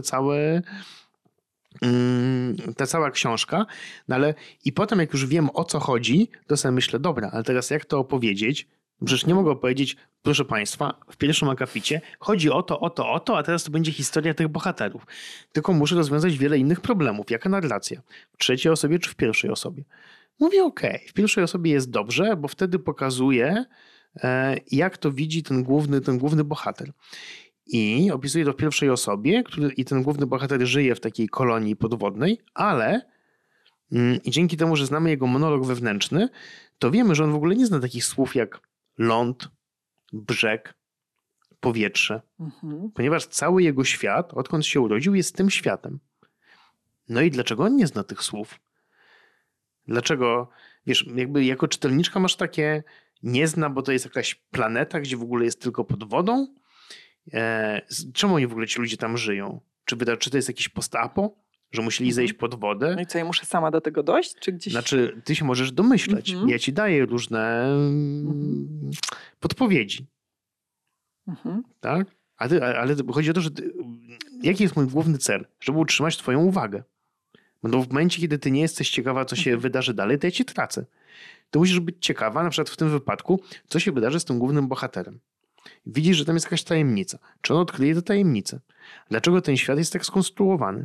ta cała książka, no ale i potem jak już wiem, o co chodzi, to sobie myślę, dobra, ale teraz jak to opowiedzieć? Przecież nie mogę powiedzieć, proszę państwa, w pierwszym akapicie chodzi o to, a teraz to będzie historia tych bohaterów. Tylko muszę rozwiązać wiele innych problemów. Jaka narracja? W trzeciej osobie czy w pierwszej osobie? Mówię, okej, w pierwszej osobie jest dobrze, bo wtedy pokazuje, jak to widzi ten główny bohater. I opisuje to w pierwszej osobie, i ten główny bohater żyje w takiej kolonii podwodnej, ale i dzięki temu, że znamy jego monolog wewnętrzny, to wiemy, że on w ogóle nie zna takich słów jak ląd, brzeg, powietrze. Ponieważ cały jego świat, odkąd się urodził, jest tym światem. No i dlaczego on nie zna tych słów? Dlaczego, wiesz, jakby jako czytelniczka masz takie, nie zna, bo to jest jakaś planeta, gdzie w ogóle jest tylko pod wodą? Czemu oni w ogóle ci ludzie tam żyją? Czy to jest jakiś post-apo? Że musieli zejść pod wodę? No i co, ja muszę sama do tego dojść? Czy gdzieś... Znaczy, ty się możesz domyśleć. Ja ci daję różne podpowiedzi. Tak? Ale chodzi o to, że jaki jest mój główny cel? Żeby utrzymać twoją uwagę. Bo w momencie, kiedy ty nie jesteś ciekawa, co się wydarzy dalej, to ja ci tracę. Ty musisz być ciekawa, na przykład w tym wypadku, co się wydarzy z tym głównym bohaterem. Widzisz, że tam jest jakaś tajemnica. Czy on odkryje tę tajemnicę? Dlaczego ten świat jest tak skonstruowany?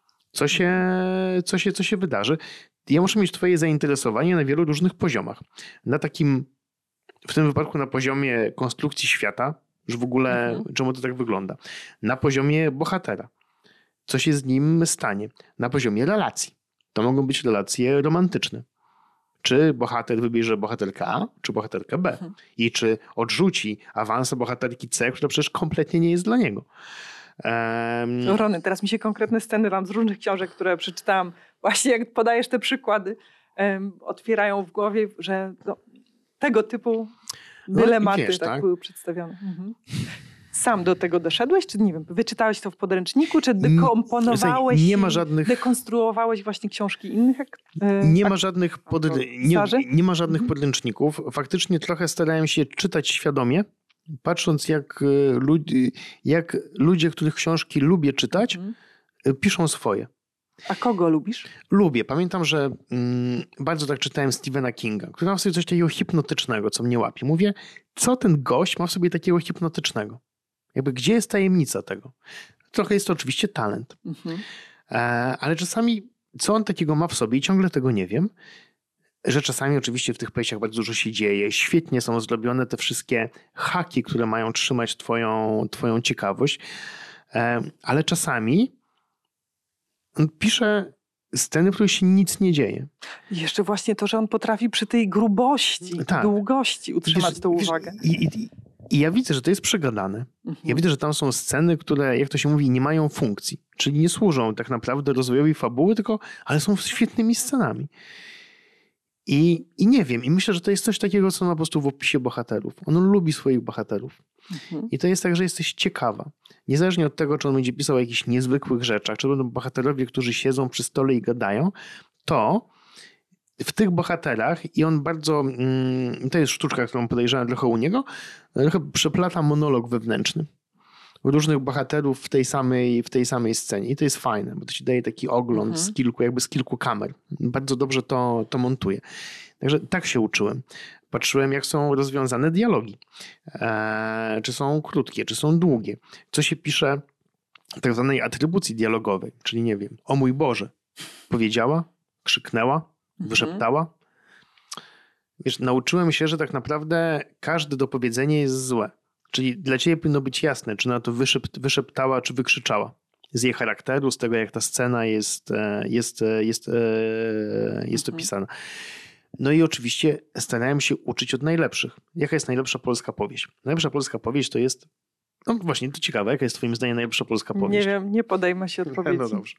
Co się wydarzy? Ja muszę mieć twoje zainteresowanie na wielu różnych poziomach. W tym wypadku na poziomie konstrukcji świata, że w ogóle czemu to tak wygląda. Na poziomie bohatera. Co się z nim stanie? Na poziomie relacji. To mogą być relacje romantyczne. Czy bohater wybierze bohaterkę A, czy bohaterkę B. I czy odrzuci awansa bohaterki C, która przecież kompletnie nie jest dla niego. Rony, teraz mi się konkretne sceny z różnych książek, które przeczytałam, właśnie jak podajesz te przykłady, otwierają w głowie, że tego typu dylematy wiesz, tak były przedstawione. Sam do tego doszedłeś, czy nie wiem, wyczytałeś to w podręczniku, czy dekomponowałeś, dekonstruowałeś właśnie książki innych? Nie ma żadnych podręczników. Faktycznie trochę starałem się czytać świadomie, patrząc jak ludzie, których książki lubię czytać, piszą swoje. A kogo lubisz? Lubię. Pamiętam, że bardzo tak czytałem Stephena Kinga, który ma w sobie coś takiego hipnotycznego, co mnie łapie. Mówię, co ten gość ma w sobie takiego hipnotycznego? Jakby gdzie jest tajemnica tego? Trochę jest to oczywiście talent. Ale czasami co on takiego ma w sobie i ciągle tego nie wiem, że czasami oczywiście w tych pejściach bardzo dużo się dzieje. Świetnie są zrobione te wszystkie haki, które mają trzymać twoją ciekawość. Ale czasami on pisze sceny, w których się nic nie dzieje. I jeszcze właśnie to, że on potrafi przy tej grubości, długości utrzymać tę uwagę. I ja widzę, że to jest przegadane. Ja widzę, że tam są sceny, które, jak to się mówi, nie mają funkcji. Czyli nie służą tak naprawdę rozwojowi fabuły, ale są świetnymi scenami. I nie wiem. I myślę, że to jest coś takiego, co ma po prostu w opisie bohaterów. On lubi swoich bohaterów. I to jest tak, że jesteś ciekawa. Niezależnie od tego, czy on będzie pisał o jakichś niezwykłych rzeczach, czy będą bohaterowie, którzy siedzą przy stole i gadają, to w tych bohaterach, i on bardzo, to jest sztuczka, którą podejrzewam trochę u niego, trochę przeplata monolog wewnętrzny różnych bohaterów w tej samej scenie. I to jest fajne, bo to ci daje taki ogląd z kilku kamer. Bardzo dobrze to montuje. Także tak się uczyłem. Patrzyłem, jak są rozwiązane dialogi. Czy są krótkie, czy są długie. Co się pisze tak zwanej atrybucji dialogowej, czyli nie wiem, o mój Boże, powiedziała, krzyknęła, wyszeptała. Wiesz, nauczyłem się, że tak naprawdę każde dopowiedzenie jest złe. Czyli dla ciebie powinno być jasne, czy na to wyszeptała, czy wykrzyczała. Z jej charakteru, z tego, jak ta scena jest opisana. No i oczywiście starałem się uczyć od najlepszych. Jaka jest najlepsza polska powieść? Najlepsza polska powieść to jest... No właśnie, to ciekawe. Jaka jest twoim zdaniem najlepsza polska powieść? Nie wiem, nie podejmę się odpowiedzi. No dobrze.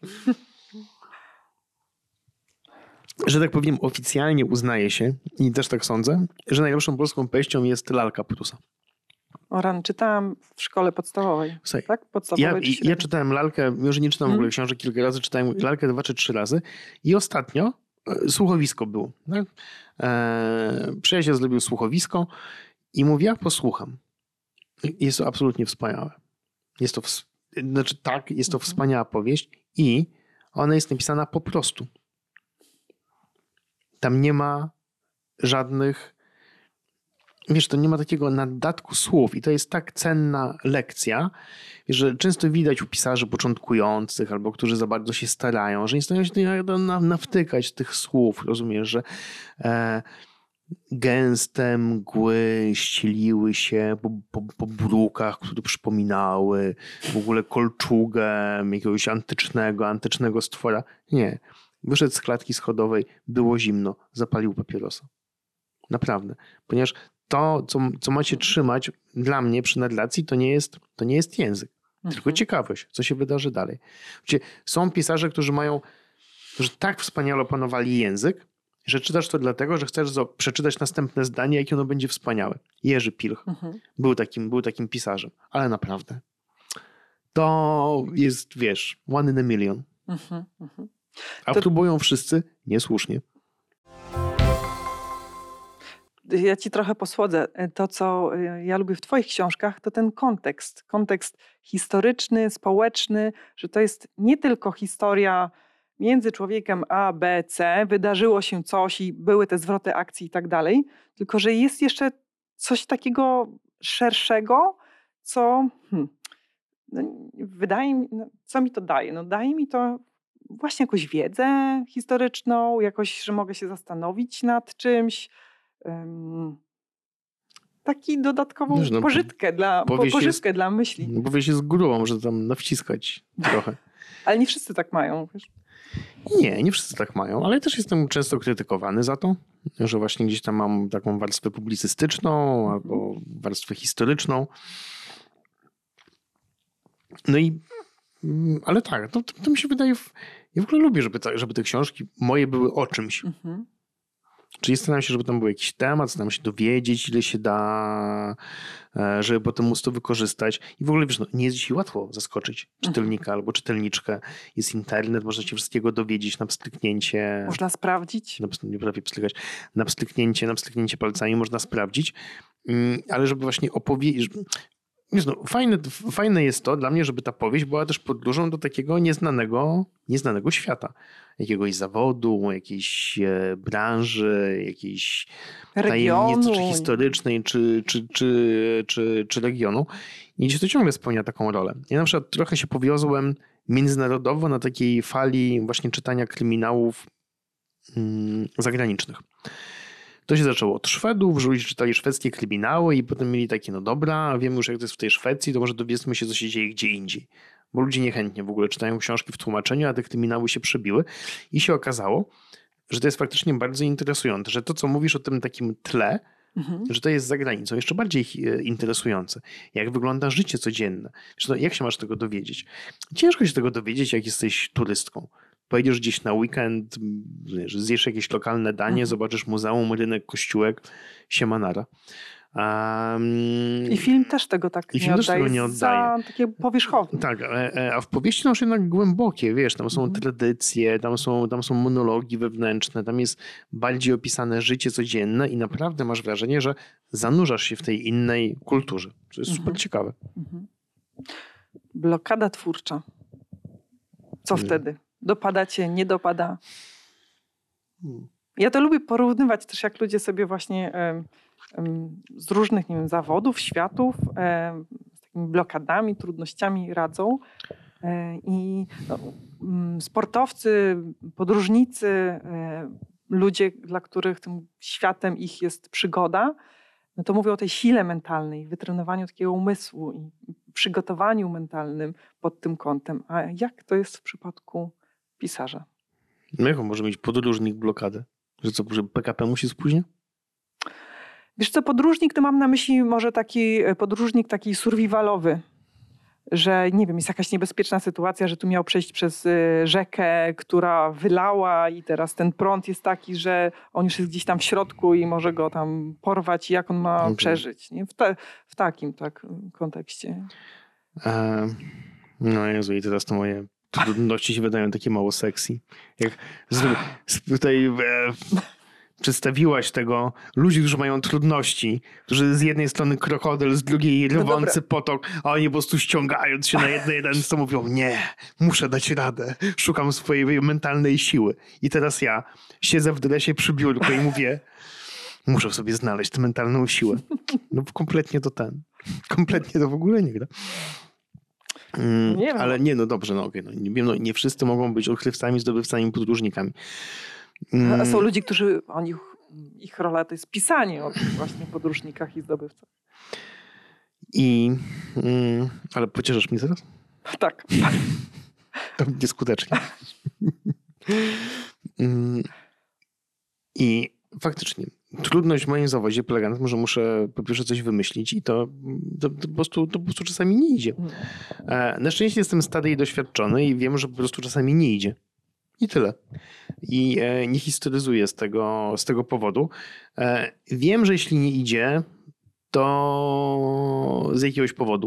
Że tak powiem, oficjalnie uznaje się, i też tak sądzę, że najlepszą polską powieścią jest Lalka Prusa. Oran, czytałam w szkole podstawowej. Słuchaj, Tak? Podstawowej ja czytałem Lalkę, mimo że nie czytam w ogóle książek kilka razy, czytałem Lalkę 2 czy 3 razy i ostatnio słuchowisko było. Tak? Przyjaciel zrobił słuchowisko i mówi, ja posłucham. Jest to absolutnie wspaniałe. Jest to wspaniała powieść i ona jest napisana po prostu. Tam nie ma żadnych, wiesz, to nie ma takiego naddatku słów i to jest tak cenna lekcja, że często widać u pisarzy początkujących albo którzy za bardzo się starają, że nie starają się nawtykać tych słów, rozumiesz, że gęste mgły ścieliły się po brukach, które przypominały w ogóle kolczugę jakiegoś antycznego stwora. Nie. Wyszedł z klatki schodowej, było zimno, zapalił papierosa. Naprawdę. Ponieważ to, co macie trzymać dla mnie przy narracji, to nie jest język, tylko ciekawość, co się wydarzy dalej. Są pisarze, którzy tak wspaniale opanowali język, że czytasz to dlatego, że chcesz przeczytać następne zdanie, jakie ono będzie wspaniałe. Jerzy Pilch był takim pisarzem, ale naprawdę. To jest, wiesz, one in a million. A próbują wszyscy niesłusznie. Ja ci trochę posłodzę. To, co ja lubię w twoich książkach, to ten kontekst. Kontekst historyczny, społeczny, że to jest nie tylko historia między człowiekiem A, B, C, wydarzyło się coś i były te zwroty akcji i tak dalej, tylko że jest jeszcze coś takiego szerszego, co wydaje mi, co mi to daje? No, daje mi to właśnie jakąś wiedzę historyczną, jakoś, że mogę się zastanowić nad czymś. Taki dodatkową pożywkę dla myśli. Powieść jest grubą, może tam nawciskać trochę. Ale nie wszyscy tak mają, wiesz? Nie wszyscy tak mają, ale też jestem często krytykowany za to, że właśnie gdzieś tam mam taką warstwę publicystyczną albo warstwę historyczną. No i, ale tak, to mi się wydaje, ja w ogóle lubię, żeby te książki moje były o czymś. Czyli staram się, żeby tam był jakiś temat, staram się dowiedzieć, ile się da, żeby potem móc to wykorzystać. I w ogóle, wiesz, nie jest dzisiaj łatwo zaskoczyć czytelnika albo czytelniczkę. Jest internet, można się wszystkiego dowiedzieć na pstryknięcie. Można sprawdzić. Nie potrafię pstrykać. Na pstryknięcie palcami można sprawdzić. Ale żeby właśnie opowiedzieć... Wiesz, fajne jest to dla mnie, żeby ta powieść była też podróżą do takiego nieznanego świata. Jakiegoś zawodu, jakiejś branży, jakiejś tajemnicy, czy historycznej, czy regionu. I gdzieś to ciągle spełnia taką rolę. Ja na przykład trochę się powiozłem międzynarodowo na takiej fali właśnie czytania kryminałów zagranicznych. To się zaczęło od Szwedów, że ludzie czytali szwedzkie kryminały i potem mieli takie, no dobra, wiemy już jak to jest w tej Szwecji, to może dowiedzmy się, co się dzieje gdzie indziej. Bo ludzie niechętnie w ogóle czytają książki w tłumaczeniu, a te kryminały się przebiły. I się okazało, że to jest faktycznie bardzo interesujące, że to, co mówisz o tym takim tle, że to jest za granicą jeszcze bardziej interesujące. Jak wygląda życie codzienne. Jak się masz tego dowiedzieć? Ciężko się tego dowiedzieć, jak jesteś turystką. Pojedziesz gdzieś na weekend, zjesz jakieś lokalne danie, zobaczysz muzeum, rynek, kościółek, siemanara. I film też tego tak nie oddaje. Za takie powierzchowne. Tak, a w powieści są jednak głębokie, wiesz, tam są tradycje, tam są monologi wewnętrzne, tam jest bardziej opisane życie codzienne i naprawdę masz wrażenie, że zanurzasz się w tej innej kulturze. To jest super ciekawe. Blokada twórcza. Co wtedy? Dopada cię, nie dopada? Ja to lubię porównywać też, jak ludzie sobie właśnie z różnych, nie wiem, zawodów, światów z takimi blokadami, trudnościami radzą. I sportowcy, podróżnicy, ludzie, dla których tym światem ich jest przygoda, no to mówią o tej sile mentalnej, wytrenowaniu takiego umysłu i przygotowaniu mentalnym pod tym kątem. A jak to jest w przypadku pisarza? No jaką może mieć podróżnik blokadę? Że co, że PKP musi spóźnić? Wiesz co, podróżnik to mam na myśli może taki podróżnik taki survivalowy, że nie wiem, jest jakaś niebezpieczna sytuacja, że tu miał przejść przez rzekę, która wylała i teraz ten prąd jest taki, że on już jest gdzieś tam w środku i może go tam porwać i jak on ma przeżyć. Nie? W takim kontekście. No Jezu, i teraz to moje trudności się wydają takie mało sexy. Jak tutaj przedstawiłaś tego ludzi, którzy mają trudności, którzy z jednej strony krokodyl, z drugiej rwący potok, a oni po prostu ściągając się na jeden to mówią, nie, muszę dać radę, szukam swojej mentalnej siły. I teraz ja siedzę w dresie przy biurku i mówię, muszę w sobie znaleźć tę mentalną siłę. No kompletnie to w ogóle nie gra. Nie ale nie, no dobrze, no okej. No, nie wszyscy mogą być odkrywcami, zdobywcami, podróżnikami. A są ludzie, którzy ich rola to jest pisanie o tych właśnie podróżnikach i zdobywcach. Ale pocieszasz mnie teraz? Tak. To nieskutecznie. I faktycznie trudność w moim zawodzie polega na tym, że muszę po pierwsze coś wymyślić i to po prostu czasami nie idzie. Na szczęście jestem stary i doświadczony i wiem, że po prostu czasami nie idzie. I tyle. I nie historyzuję z tego powodu. Wiem, że jeśli nie idzie, to z jakiegoś powodu.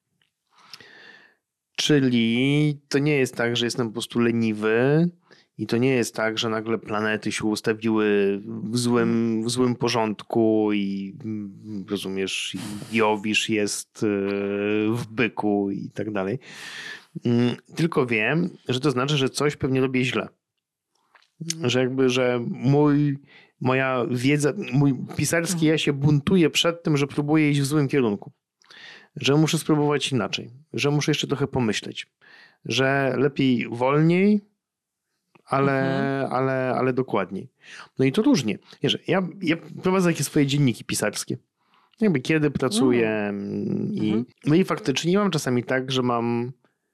Czyli to nie jest tak, że jestem po prostu leniwy i to nie jest tak, że nagle planety się ustawiły w złym porządku i rozumiesz, Jowisz jest w byku i tak dalej. Tylko wiem, że to znaczy, że coś pewnie robię źle. Że moja wiedza, mój pisarski ja się buntuje przed tym, że próbuję iść w złym kierunku. Że muszę spróbować inaczej. Że muszę jeszcze trochę pomyśleć. Że lepiej wolniej, ale dokładniej. No i to różnie. Wiesz, ja prowadzę takie swoje dzienniki pisarskie. Jakby kiedy pracuję no i faktycznie mam czasami tak, że mam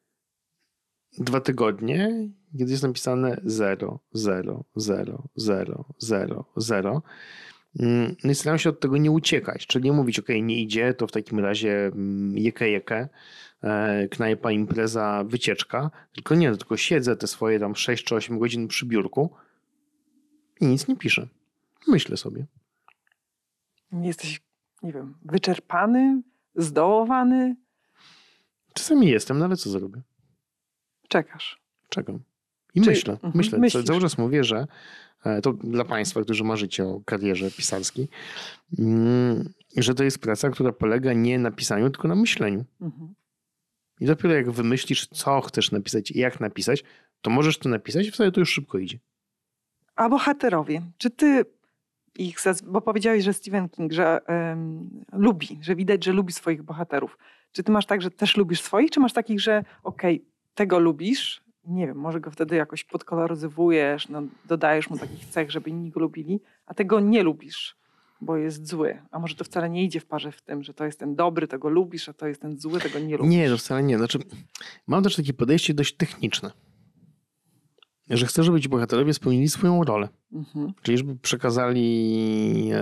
2 tygodnie, kiedy jest napisane 0, 0, 0, 0, 0, 0. No i staram się od tego nie uciekać, czyli nie mówić, okej, nie idzie, to w takim razie jekę, knajpa, impreza, wycieczka, tylko siedzę te swoje tam 6 czy 8 godzin przy biurku i nic nie piszę. Myślę sobie. Jesteś, nie wiem, wyczerpany, zdołowany? Czasami jestem, no ale co zrobię? Czekasz. Czekam. I myślę. Cały czas mówię, że to dla Państwa, którzy marzycie o karierze pisarskiej, że to jest praca, która polega nie na pisaniu, tylko na myśleniu. I dopiero jak wymyślisz, co chcesz napisać i jak napisać, to możesz to napisać i wtedy to już szybko idzie. A bohaterowie, czy ty ich, bo powiedziałeś, że Stephen King, że lubi, że widać, że lubi swoich bohaterów. Czy ty masz tak, że też lubisz swoich, czy masz takich, że tego lubisz, nie wiem, może go wtedy jakoś podkoloryzowujesz, dodajesz mu takich cech, żeby inni go lubili, a tego nie lubisz, bo jest zły. A może to wcale nie idzie w parze w tym, że to jest ten dobry, tego lubisz, a to jest ten zły, tego nie lubisz. Nie, to wcale nie. Znaczy, mam też takie podejście dość techniczne. Że chcę, żeby ci bohaterowie spełnili swoją rolę. Czyli żeby przekazali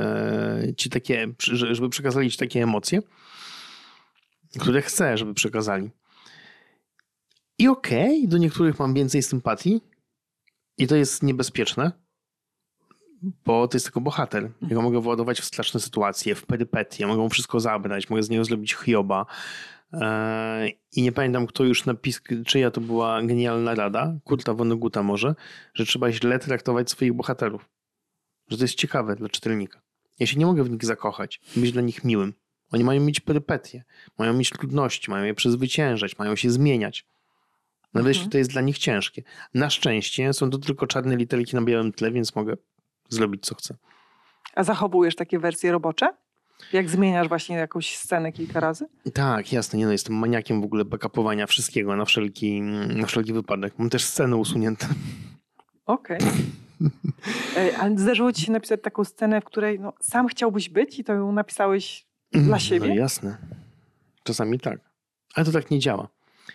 ci takie emocje, które chcę, żeby przekazali. I do niektórych mam więcej sympatii i to jest niebezpieczne, bo to jest tylko bohater. Ja go mogę władować w straszne sytuacje, w perypetie, mogę mu wszystko zabrać, mogę z niego zrobić Hioba. I nie pamiętam, kto już czyja to była genialna rada, Kurta Vonneguta może, że trzeba źle traktować swoich bohaterów. Że to jest ciekawe dla czytelnika. Ja się nie mogę w nich zakochać, być dla nich miłym. Oni mają mieć perypetie, mają mieć trudności, mają je przezwyciężać, mają się zmieniać. Nawet jeśli to jest dla nich ciężkie. Na szczęście są to tylko czarne literki na białym tle, więc mogę zrobić co chcę. A zachowujesz takie wersje robocze? Jak zmieniasz właśnie jakąś scenę kilka razy? Tak, jasne. Nie, no, jestem maniakiem w ogóle backupowania wszystkiego na wszelki wypadek. Mam też sceny usunięte. Okej. Ale zdarzyło ci się napisać taką scenę, w której sam chciałbyś być i to ją napisałeś dla siebie? No jasne. Czasami tak. Ale to tak nie działa.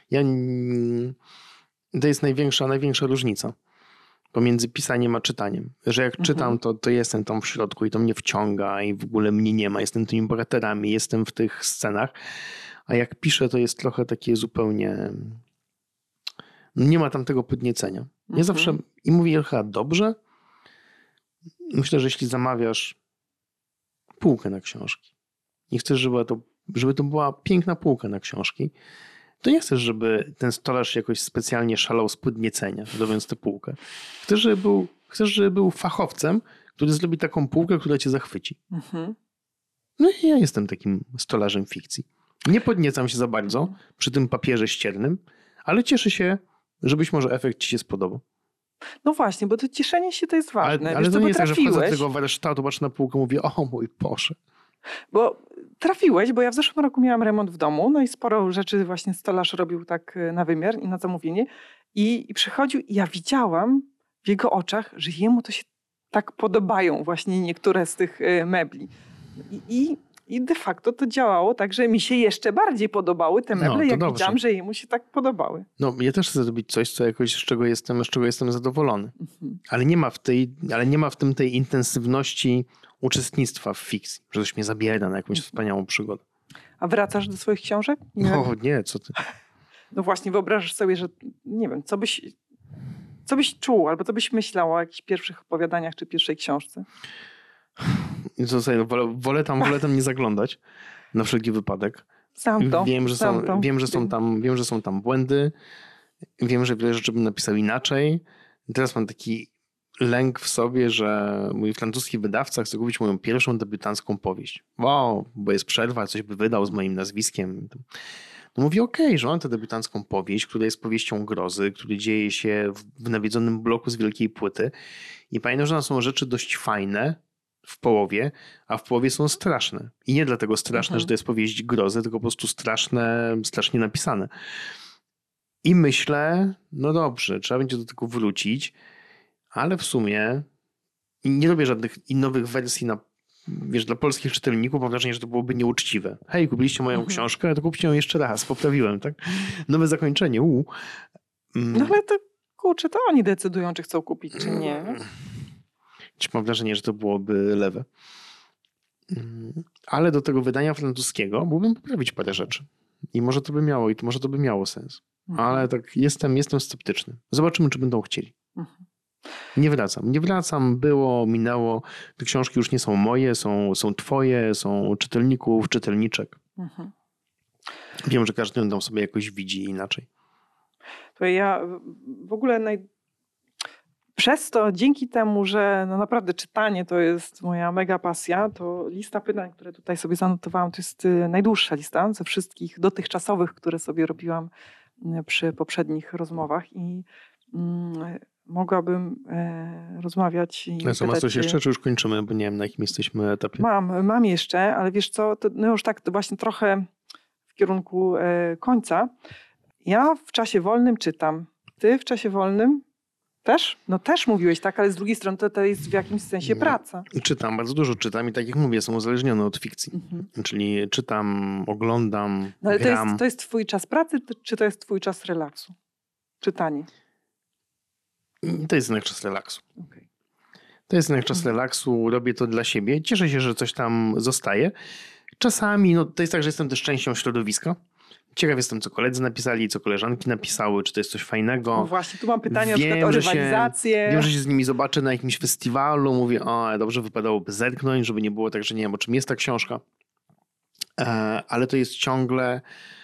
To jest największa różnica pomiędzy pisaniem a czytaniem. Że jak czytam, to jestem tam w środku i to mnie wciąga i w ogóle mnie nie ma. Jestem tymi bohaterami, jestem w tych scenach. A jak piszę, to jest trochę takie zupełnie... Nie ma tam tego podniecenia. Ja zawsze i mówię chyba dobrze. Myślę, że jeśli zamawiasz półkę na książki i chcesz, żeby to była piękna półka na książki, to nie chcesz, żeby ten stolarz jakoś specjalnie szalał z podniecenia, robiąc tę półkę. Chcesz, żeby był fachowcem, który zrobi taką półkę, która cię zachwyci. No i ja jestem takim stolarzem fikcji. Nie podniecam się za bardzo przy tym papierze ściernym, ale cieszę się, że być może efekt ci się spodobał. No właśnie, bo to cieszenie się to jest ważne. Ale to nie jest tak, że wchodzę do tego warsztatu, patrzę na półkę, mówię, o mój Boże. Bo trafiłeś, bo ja w zeszłym roku miałam remont w domu, no i sporo rzeczy właśnie stolarz robił tak na wymiar i na zamówienie. I przychodził i ja widziałam w jego oczach, że jemu to się tak podobają właśnie niektóre z tych mebli. I de facto to działało tak, że mi się jeszcze bardziej podobały te meble, jak dobrze. Widziałam, że jemu się tak podobały. No, ja też chcę zrobić coś, z czego jestem zadowolony. Ale nie ma w tym tej intensywności uczestnictwa w fikcji, że coś mnie zabiera na jakąś wspaniałą przygodę. A wracasz do swoich książek? Nie, co ty? No właśnie, wyobrażasz sobie, że nie wiem, co byś czuł, albo co byś myślał o jakichś pierwszych opowiadaniach czy pierwszej książce? Wolę tam nie zaglądać na wszelki wypadek. Wiem, że są tam błędy. Wiem, że wiele rzeczy bym napisał inaczej. Teraz mam taki lęk w sobie, że mój francuski wydawca chce kupić moją pierwszą debiutancką powieść. Wow, bo jest przerwa, coś by wydał z moim nazwiskiem. No mówię, że mam tę debiutancką powieść, która jest powieścią grozy, która dzieje się w nawiedzonym bloku z wielkiej płyty. I pamiętam, że tam są rzeczy dość fajne w połowie, a w połowie są straszne. I nie dlatego straszne, że to jest powieść grozy, tylko po prostu strasznie napisane. I myślę, no dobrze, trzeba będzie do tego wrócić, ale w sumie nie robię żadnych nowych wersji dla polskich czytelników. Mam wrażenie, że to byłoby nieuczciwe. Hej, kupiliście moją książkę, to kupcie ją jeszcze raz. Poprawiłem, tak? Nowe zakończenie. No ale to kurczę, to oni decydują, czy chcą kupić, czy nie. Mam wrażenie, że to byłoby lewe. Ale do tego wydania francuskiego mógłbym poprawić parę rzeczy. I może to by miało sens. Ale tak jestem sceptyczny. Zobaczymy, czy będą chcieli. Nie wracam. Było, minęło. Te książki już nie są moje, są twoje, są czytelników, czytelniczek. Wiem, że każdy ją sobie jakoś widzi inaczej. To ja w ogóle przez to, dzięki temu, że naprawdę czytanie to jest moja mega pasja, to lista pytań, które tutaj sobie zanotowałam, to jest najdłuższa lista ze wszystkich dotychczasowych, które sobie robiłam przy poprzednich rozmowach i mogłabym rozmawiać i pytać. Masz coś jeszcze, czy już kończymy, bo nie wiem, na jakim jesteśmy etapie? Mam jeszcze, ale wiesz co, to już tak właśnie trochę w kierunku końca. Ja w czasie wolnym czytam. Ty w czasie wolnym też? No też mówiłeś tak, ale z drugiej strony to jest w jakimś sensie praca. Czytam, bardzo dużo czytam i tak jak mówię, jestem uzależniony od fikcji. Czyli czytam, oglądam, no ale gram. To jest twój czas pracy, czy to jest twój czas relaksu? Czytanie. To jest jednak czas relaksu. Okay. To jest jednak czas relaksu, robię to dla siebie. Cieszę się, że coś tam zostaje. Czasami, to jest tak, że jestem też częścią środowiska. Ciekaw jestem, co koledzy napisali, co koleżanki napisały, czy to jest coś fajnego. No właśnie, tu mam pytanie na przykład o rywalizację. Wiem, że się z nimi zobaczę na jakimś festiwalu, mówię, dobrze wypadałoby zerknąć, żeby nie było tak, że nie wiem, o czym jest ta książka. Ale to jest ciągle...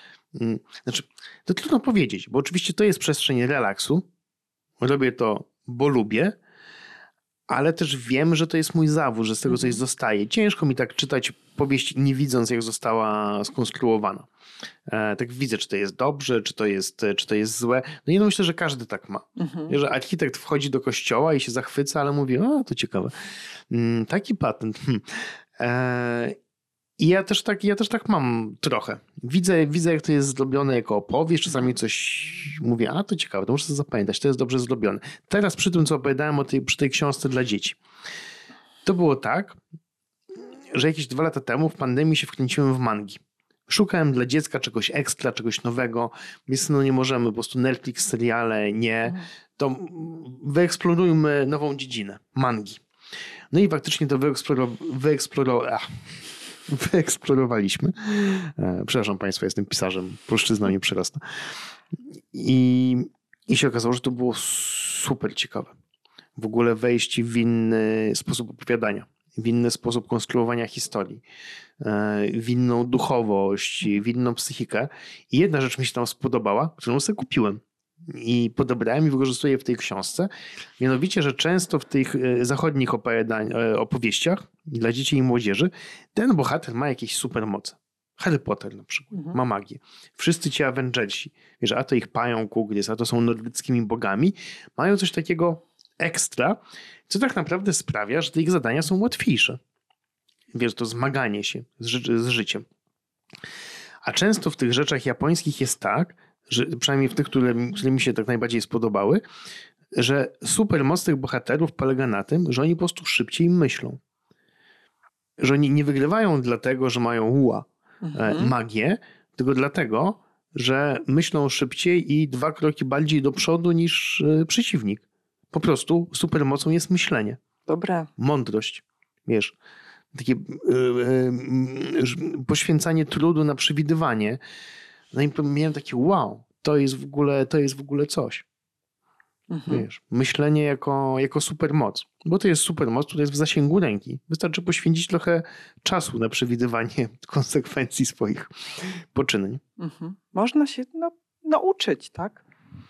to trudno powiedzieć, bo oczywiście to jest przestrzeń relaksu. Robię to, bo lubię, ale też wiem, że to jest mój zawód, że z tego coś zostaje. Ciężko mi tak czytać powieść, nie widząc, jak została skonstruowana. Tak widzę, czy to jest dobrze, czy to jest złe. No i myślę, że każdy tak ma. Że architekt wchodzi do kościoła i się zachwyca, ale mówi, to ciekawe. Taki patent. I ja też tak mam trochę. Widzę, jak to jest zrobione jako opowieść. Czasami coś mówię, to ciekawe, to muszę sobie zapamiętać, to jest dobrze zrobione. Teraz przy tym, co opowiadałem przy tej książce dla dzieci. To było tak, że jakieś 2 lata temu w pandemii się wkręciłem w mangi. Szukałem dla dziecka czegoś ekstra, czegoś nowego. Więc nie możemy, po prostu Netflix, seriale, nie. To wyeksplorujmy nową dziedzinę. Mangi. No i faktycznie to wyeksplorowaliśmy. Przepraszam Państwa, jestem pisarzem, polszczyzna mnie przerasta. I się okazało, że to było super ciekawe. W ogóle wejść w inny sposób opowiadania, w inny sposób konstruowania historii, w inną duchowość, w inną psychikę. I jedna rzecz mi się tam spodobała, którą sobie kupiłem. I podobrałem i wykorzystuję w tej książce. Mianowicie, że często w tych zachodnich opowieściach dla dzieci i młodzieży ten bohater ma jakieś supermoce. Harry Potter na przykład ma magię. Wszyscy ci Avengersi, wiesz, a to ich pająk Ugrys, a to są nordyckimi bogami, mają coś takiego ekstra, co tak naprawdę sprawia, że te ich zadania są łatwiejsze. Wiesz, to zmaganie się z życiem. A często w tych rzeczach japońskich jest tak, że przynajmniej w tych, które mi się tak najbardziej spodobały, że supermoc tych bohaterów polega na tym, że oni po prostu szybciej myślą. Że oni nie wygrywają dlatego, że mają magię, tylko dlatego, że myślą szybciej i 2 kroki bardziej do przodu niż przeciwnik. Po prostu supermocą jest myślenie. Dobre. Mądrość. Wiesz, takie poświęcanie trudu na przewidywanie. No i miałem takie to jest w ogóle coś. Wiesz, myślenie jako supermoc. Bo to jest supermoc, która jest w zasięgu ręki. Wystarczy poświęcić trochę czasu na przewidywanie konsekwencji swoich poczynań. Można się nauczyć, tak?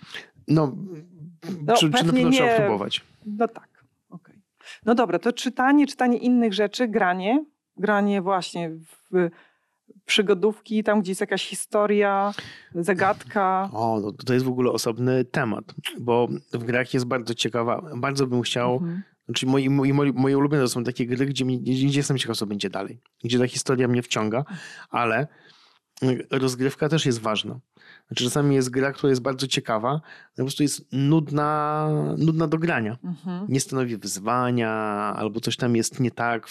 Czy na pewno trzeba próbować? No tak, okej. No dobra, to czytanie innych rzeczy, granie właśnie w przygodówki, tam gdzie jest jakaś historia, zagadka. To jest w ogóle osobny temat, bo w grach jest bardzo ciekawa. Bardzo bym chciał, znaczy moje ulubione to są takie gry, gdzie jestem ciekaw, co będzie dalej. Gdzie ta historia mnie wciąga, ale rozgrywka też jest ważna. Znaczy czasami jest gra, która jest bardzo ciekawa, po prostu jest nudna do grania. Nie stanowi wyzwania, albo coś tam jest nie tak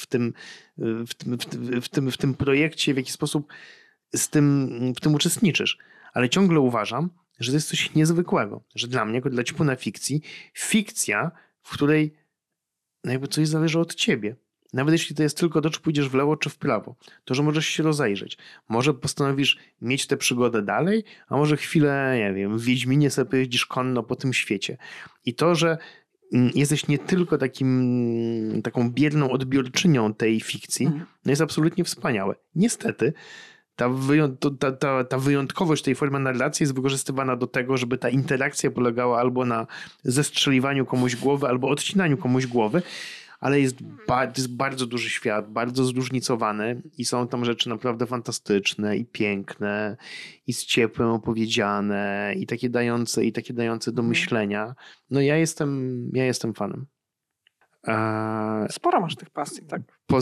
w tym projekcie, w jaki sposób w tym uczestniczysz. Ale ciągle uważam, że to jest coś niezwykłego. Że dla mnie, jako dla ciepła na fikcja, w której jakby coś zależy od ciebie. Nawet jeśli to jest tylko to, czy pójdziesz w lewo, czy w prawo, to, że możesz się rozejrzeć. Może postanowisz mieć tę przygodę dalej, a może chwilę, nie wiem, w Wiedźminie sobie pojeździsz konno po tym świecie. I to, że jesteś nie tylko taką bierną odbiorczynią tej fikcji, jest absolutnie wspaniałe. Niestety, ta wyjątkowość tej formy narracji jest wykorzystywana do tego, żeby ta interakcja polegała albo na zestrzeliwaniu komuś głowy, albo odcinaniu komuś głowy, ale to jest bardzo duży świat, bardzo zróżnicowany i są tam rzeczy naprawdę fantastyczne i piękne i z ciepłem opowiedziane i takie dające do myślenia. No ja jestem fanem. Sporo masz tych pasji, tak?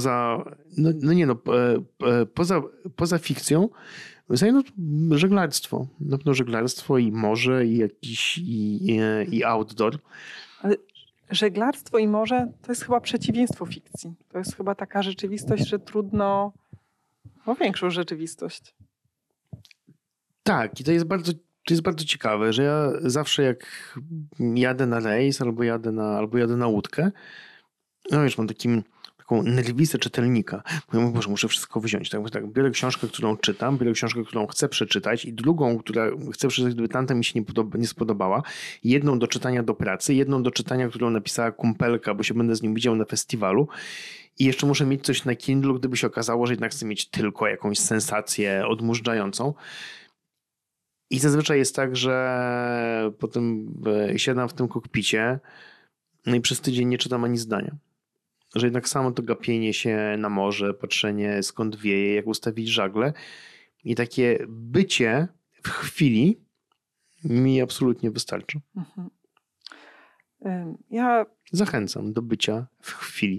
Poza fikcją żeglarstwo. Na pewno żeglarstwo i morze i outdoor. Ale żeglarstwo i morze to jest chyba przeciwieństwo fikcji. To jest chyba taka rzeczywistość, że trudno o większą rzeczywistość. Tak, i to jest bardzo ciekawe, że ja zawsze jak jadę na rejs albo jadę na łódkę, mam taką nerwicę czytelnika. Mówię, Boże, muszę wszystko wziąć. Tak, biorę książkę, którą czytam, biorę książkę, którą chcę przeczytać i drugą, która chcę przeczytać, gdyby tamta mi się nie spodobała. Jedną do czytania do pracy, jedną do czytania, którą napisała kumpelka, bo się będę z nim widział na festiwalu. I jeszcze muszę mieć coś na Kindle, gdyby się okazało, że jednak chcę mieć tylko jakąś sensację odmurzającą. I zazwyczaj jest tak, że potem siadam w tym kokpicie, No i przez tydzień nie czytam ani zdania. Że jednak samo to gapienie się na morze, patrzenie skąd wieje, jak ustawić żagle i takie bycie w chwili mi absolutnie wystarczy. Mhm. Ja Zachęcam do bycia w chwili.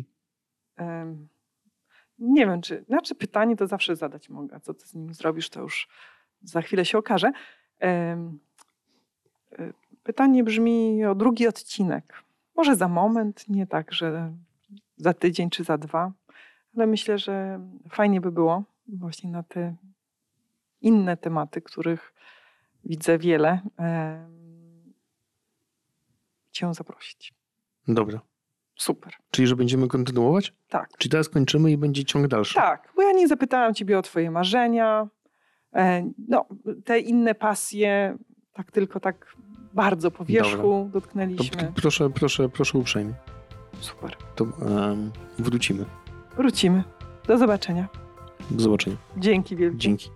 nie wiem, znaczy pytanie to zawsze zadać mogę, a co ty z nim zrobisz, to już za chwilę się okaże. Pytanie brzmi o drugi odcinek. Może za moment, nie tak, że za tydzień czy za 2, ale myślę, że fajnie by było właśnie na te inne tematy, których widzę wiele, cię zaprosić. Dobra. Super. Czyli, że będziemy kontynuować? Tak. Czyli teraz kończymy i będzie ciąg dalszy? Tak, bo ja nie zapytałam ciebie o twoje marzenia, te inne pasje, tak tylko tak bardzo po wierzchu dotknęliśmy. To proszę uprzejmie. Super. To wrócimy. Wrócimy. Do zobaczenia. Do zobaczenia. Dzięki wielkie. Dzięki.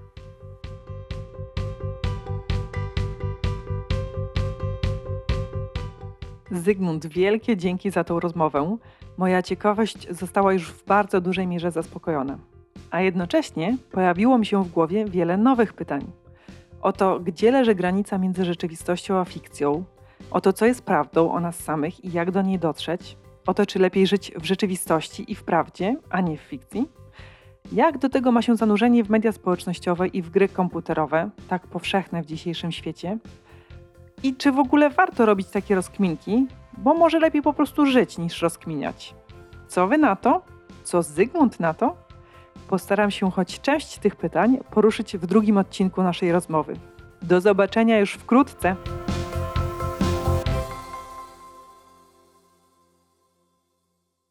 Zygmunt, wielkie dzięki za tą rozmowę. Moja ciekawość została już w bardzo dużej mierze zaspokojona. A jednocześnie pojawiło mi się w głowie wiele nowych pytań. O to, gdzie leży granica między rzeczywistością a fikcją, o to, co jest prawdą o nas samych i jak do niej dotrzeć, o to, czy lepiej żyć w rzeczywistości i w prawdzie, a nie w fikcji. Jak do tego ma się zanurzenie w media społecznościowe i w gry komputerowe, tak powszechne w dzisiejszym świecie? I czy w ogóle warto robić takie rozkminki, bo może lepiej po prostu żyć niż rozkminiać? Co wy na to? Co Zygmunt na to? Postaram się choć część tych pytań poruszyć w drugim odcinku naszej rozmowy. Do zobaczenia już wkrótce!